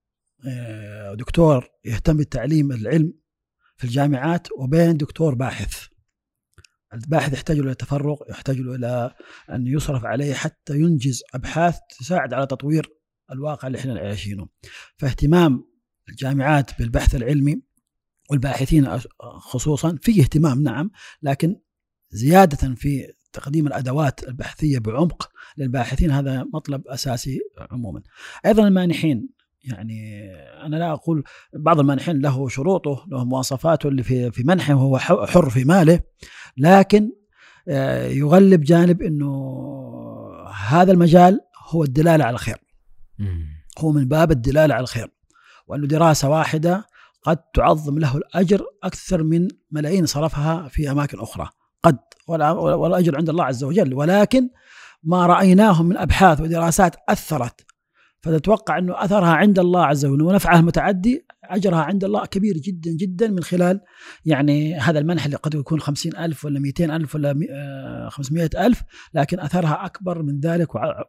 دكتور يهتم بالتعليم العلم في الجامعات وبين دكتور باحث. الباحث يحتاج إلى تفرغ، يحتاج إلى أن يصرف عليه حتى ينجز أبحاث تساعد على تطوير الواقع اللي احنا عايشينه. فاهتمام الجامعات بالبحث العلمي والباحثين خصوصا فيه اهتمام نعم، لكن زيادة في تقديم الأدوات البحثية بعمق للباحثين هذا مطلب أساسي عموما. أيضا المانحين، يعني أنا لا أقول بعض المانحين له شروطه له مواصفاته اللي في في منحه وهو حر في ماله، لكن يغلب جانب أنه هذا المجال هو الدلالة على الخير، هو من باب الدلالة على الخير، وأنه دراسة واحدة قد تعظم له الأجر أكثر من ملايين صرفها في أماكن أخرى قد، والأجر عند الله عز وجل، ولكن ما رأيناه من أبحاث ودراسات أثرت، فتتوقع أنه أثرها عند الله عز وجل ونفعها المتعدي أجرها عند الله كبير جدا جدا من خلال يعني هذا المنح اللي قد يكون خمسين ألف ولا مئتين ألف ولا خمسمائة ألف، لكن أثرها أكبر من ذلك،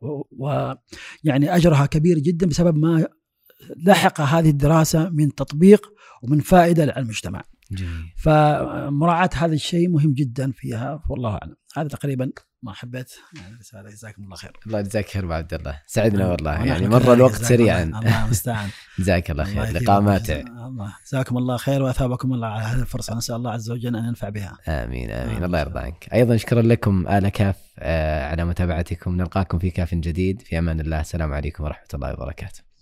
ويعني أجرها كبير جدا بسبب ما لحق هذه الدراسة من تطبيق ومن فائدة للمجتمع. جميل. فمراعاة هذا الشيء مهم جدا فيها، والله أعلم. هذا تقريبا ما حبيت يعني رسالة. جزاكم الله خير. الله يجزاك خير عبد الله، سعدنا والله، يعني مر الوقت سريعا. الله المستعان. جزاك الله خير، لقاء ماتع. الله جزاكم الله خير وأثابكم الله على هذه الفرصة، نسأل الله عز وجل أن ينفع بها. آمين آمين. آه. الله يرضى عنك. أيضا شكرا لكم آل كاف على متابعتكم، نلقاكم في كاف جديد، في أمان الله، السلام عليكم ورحمة الله وبركاته.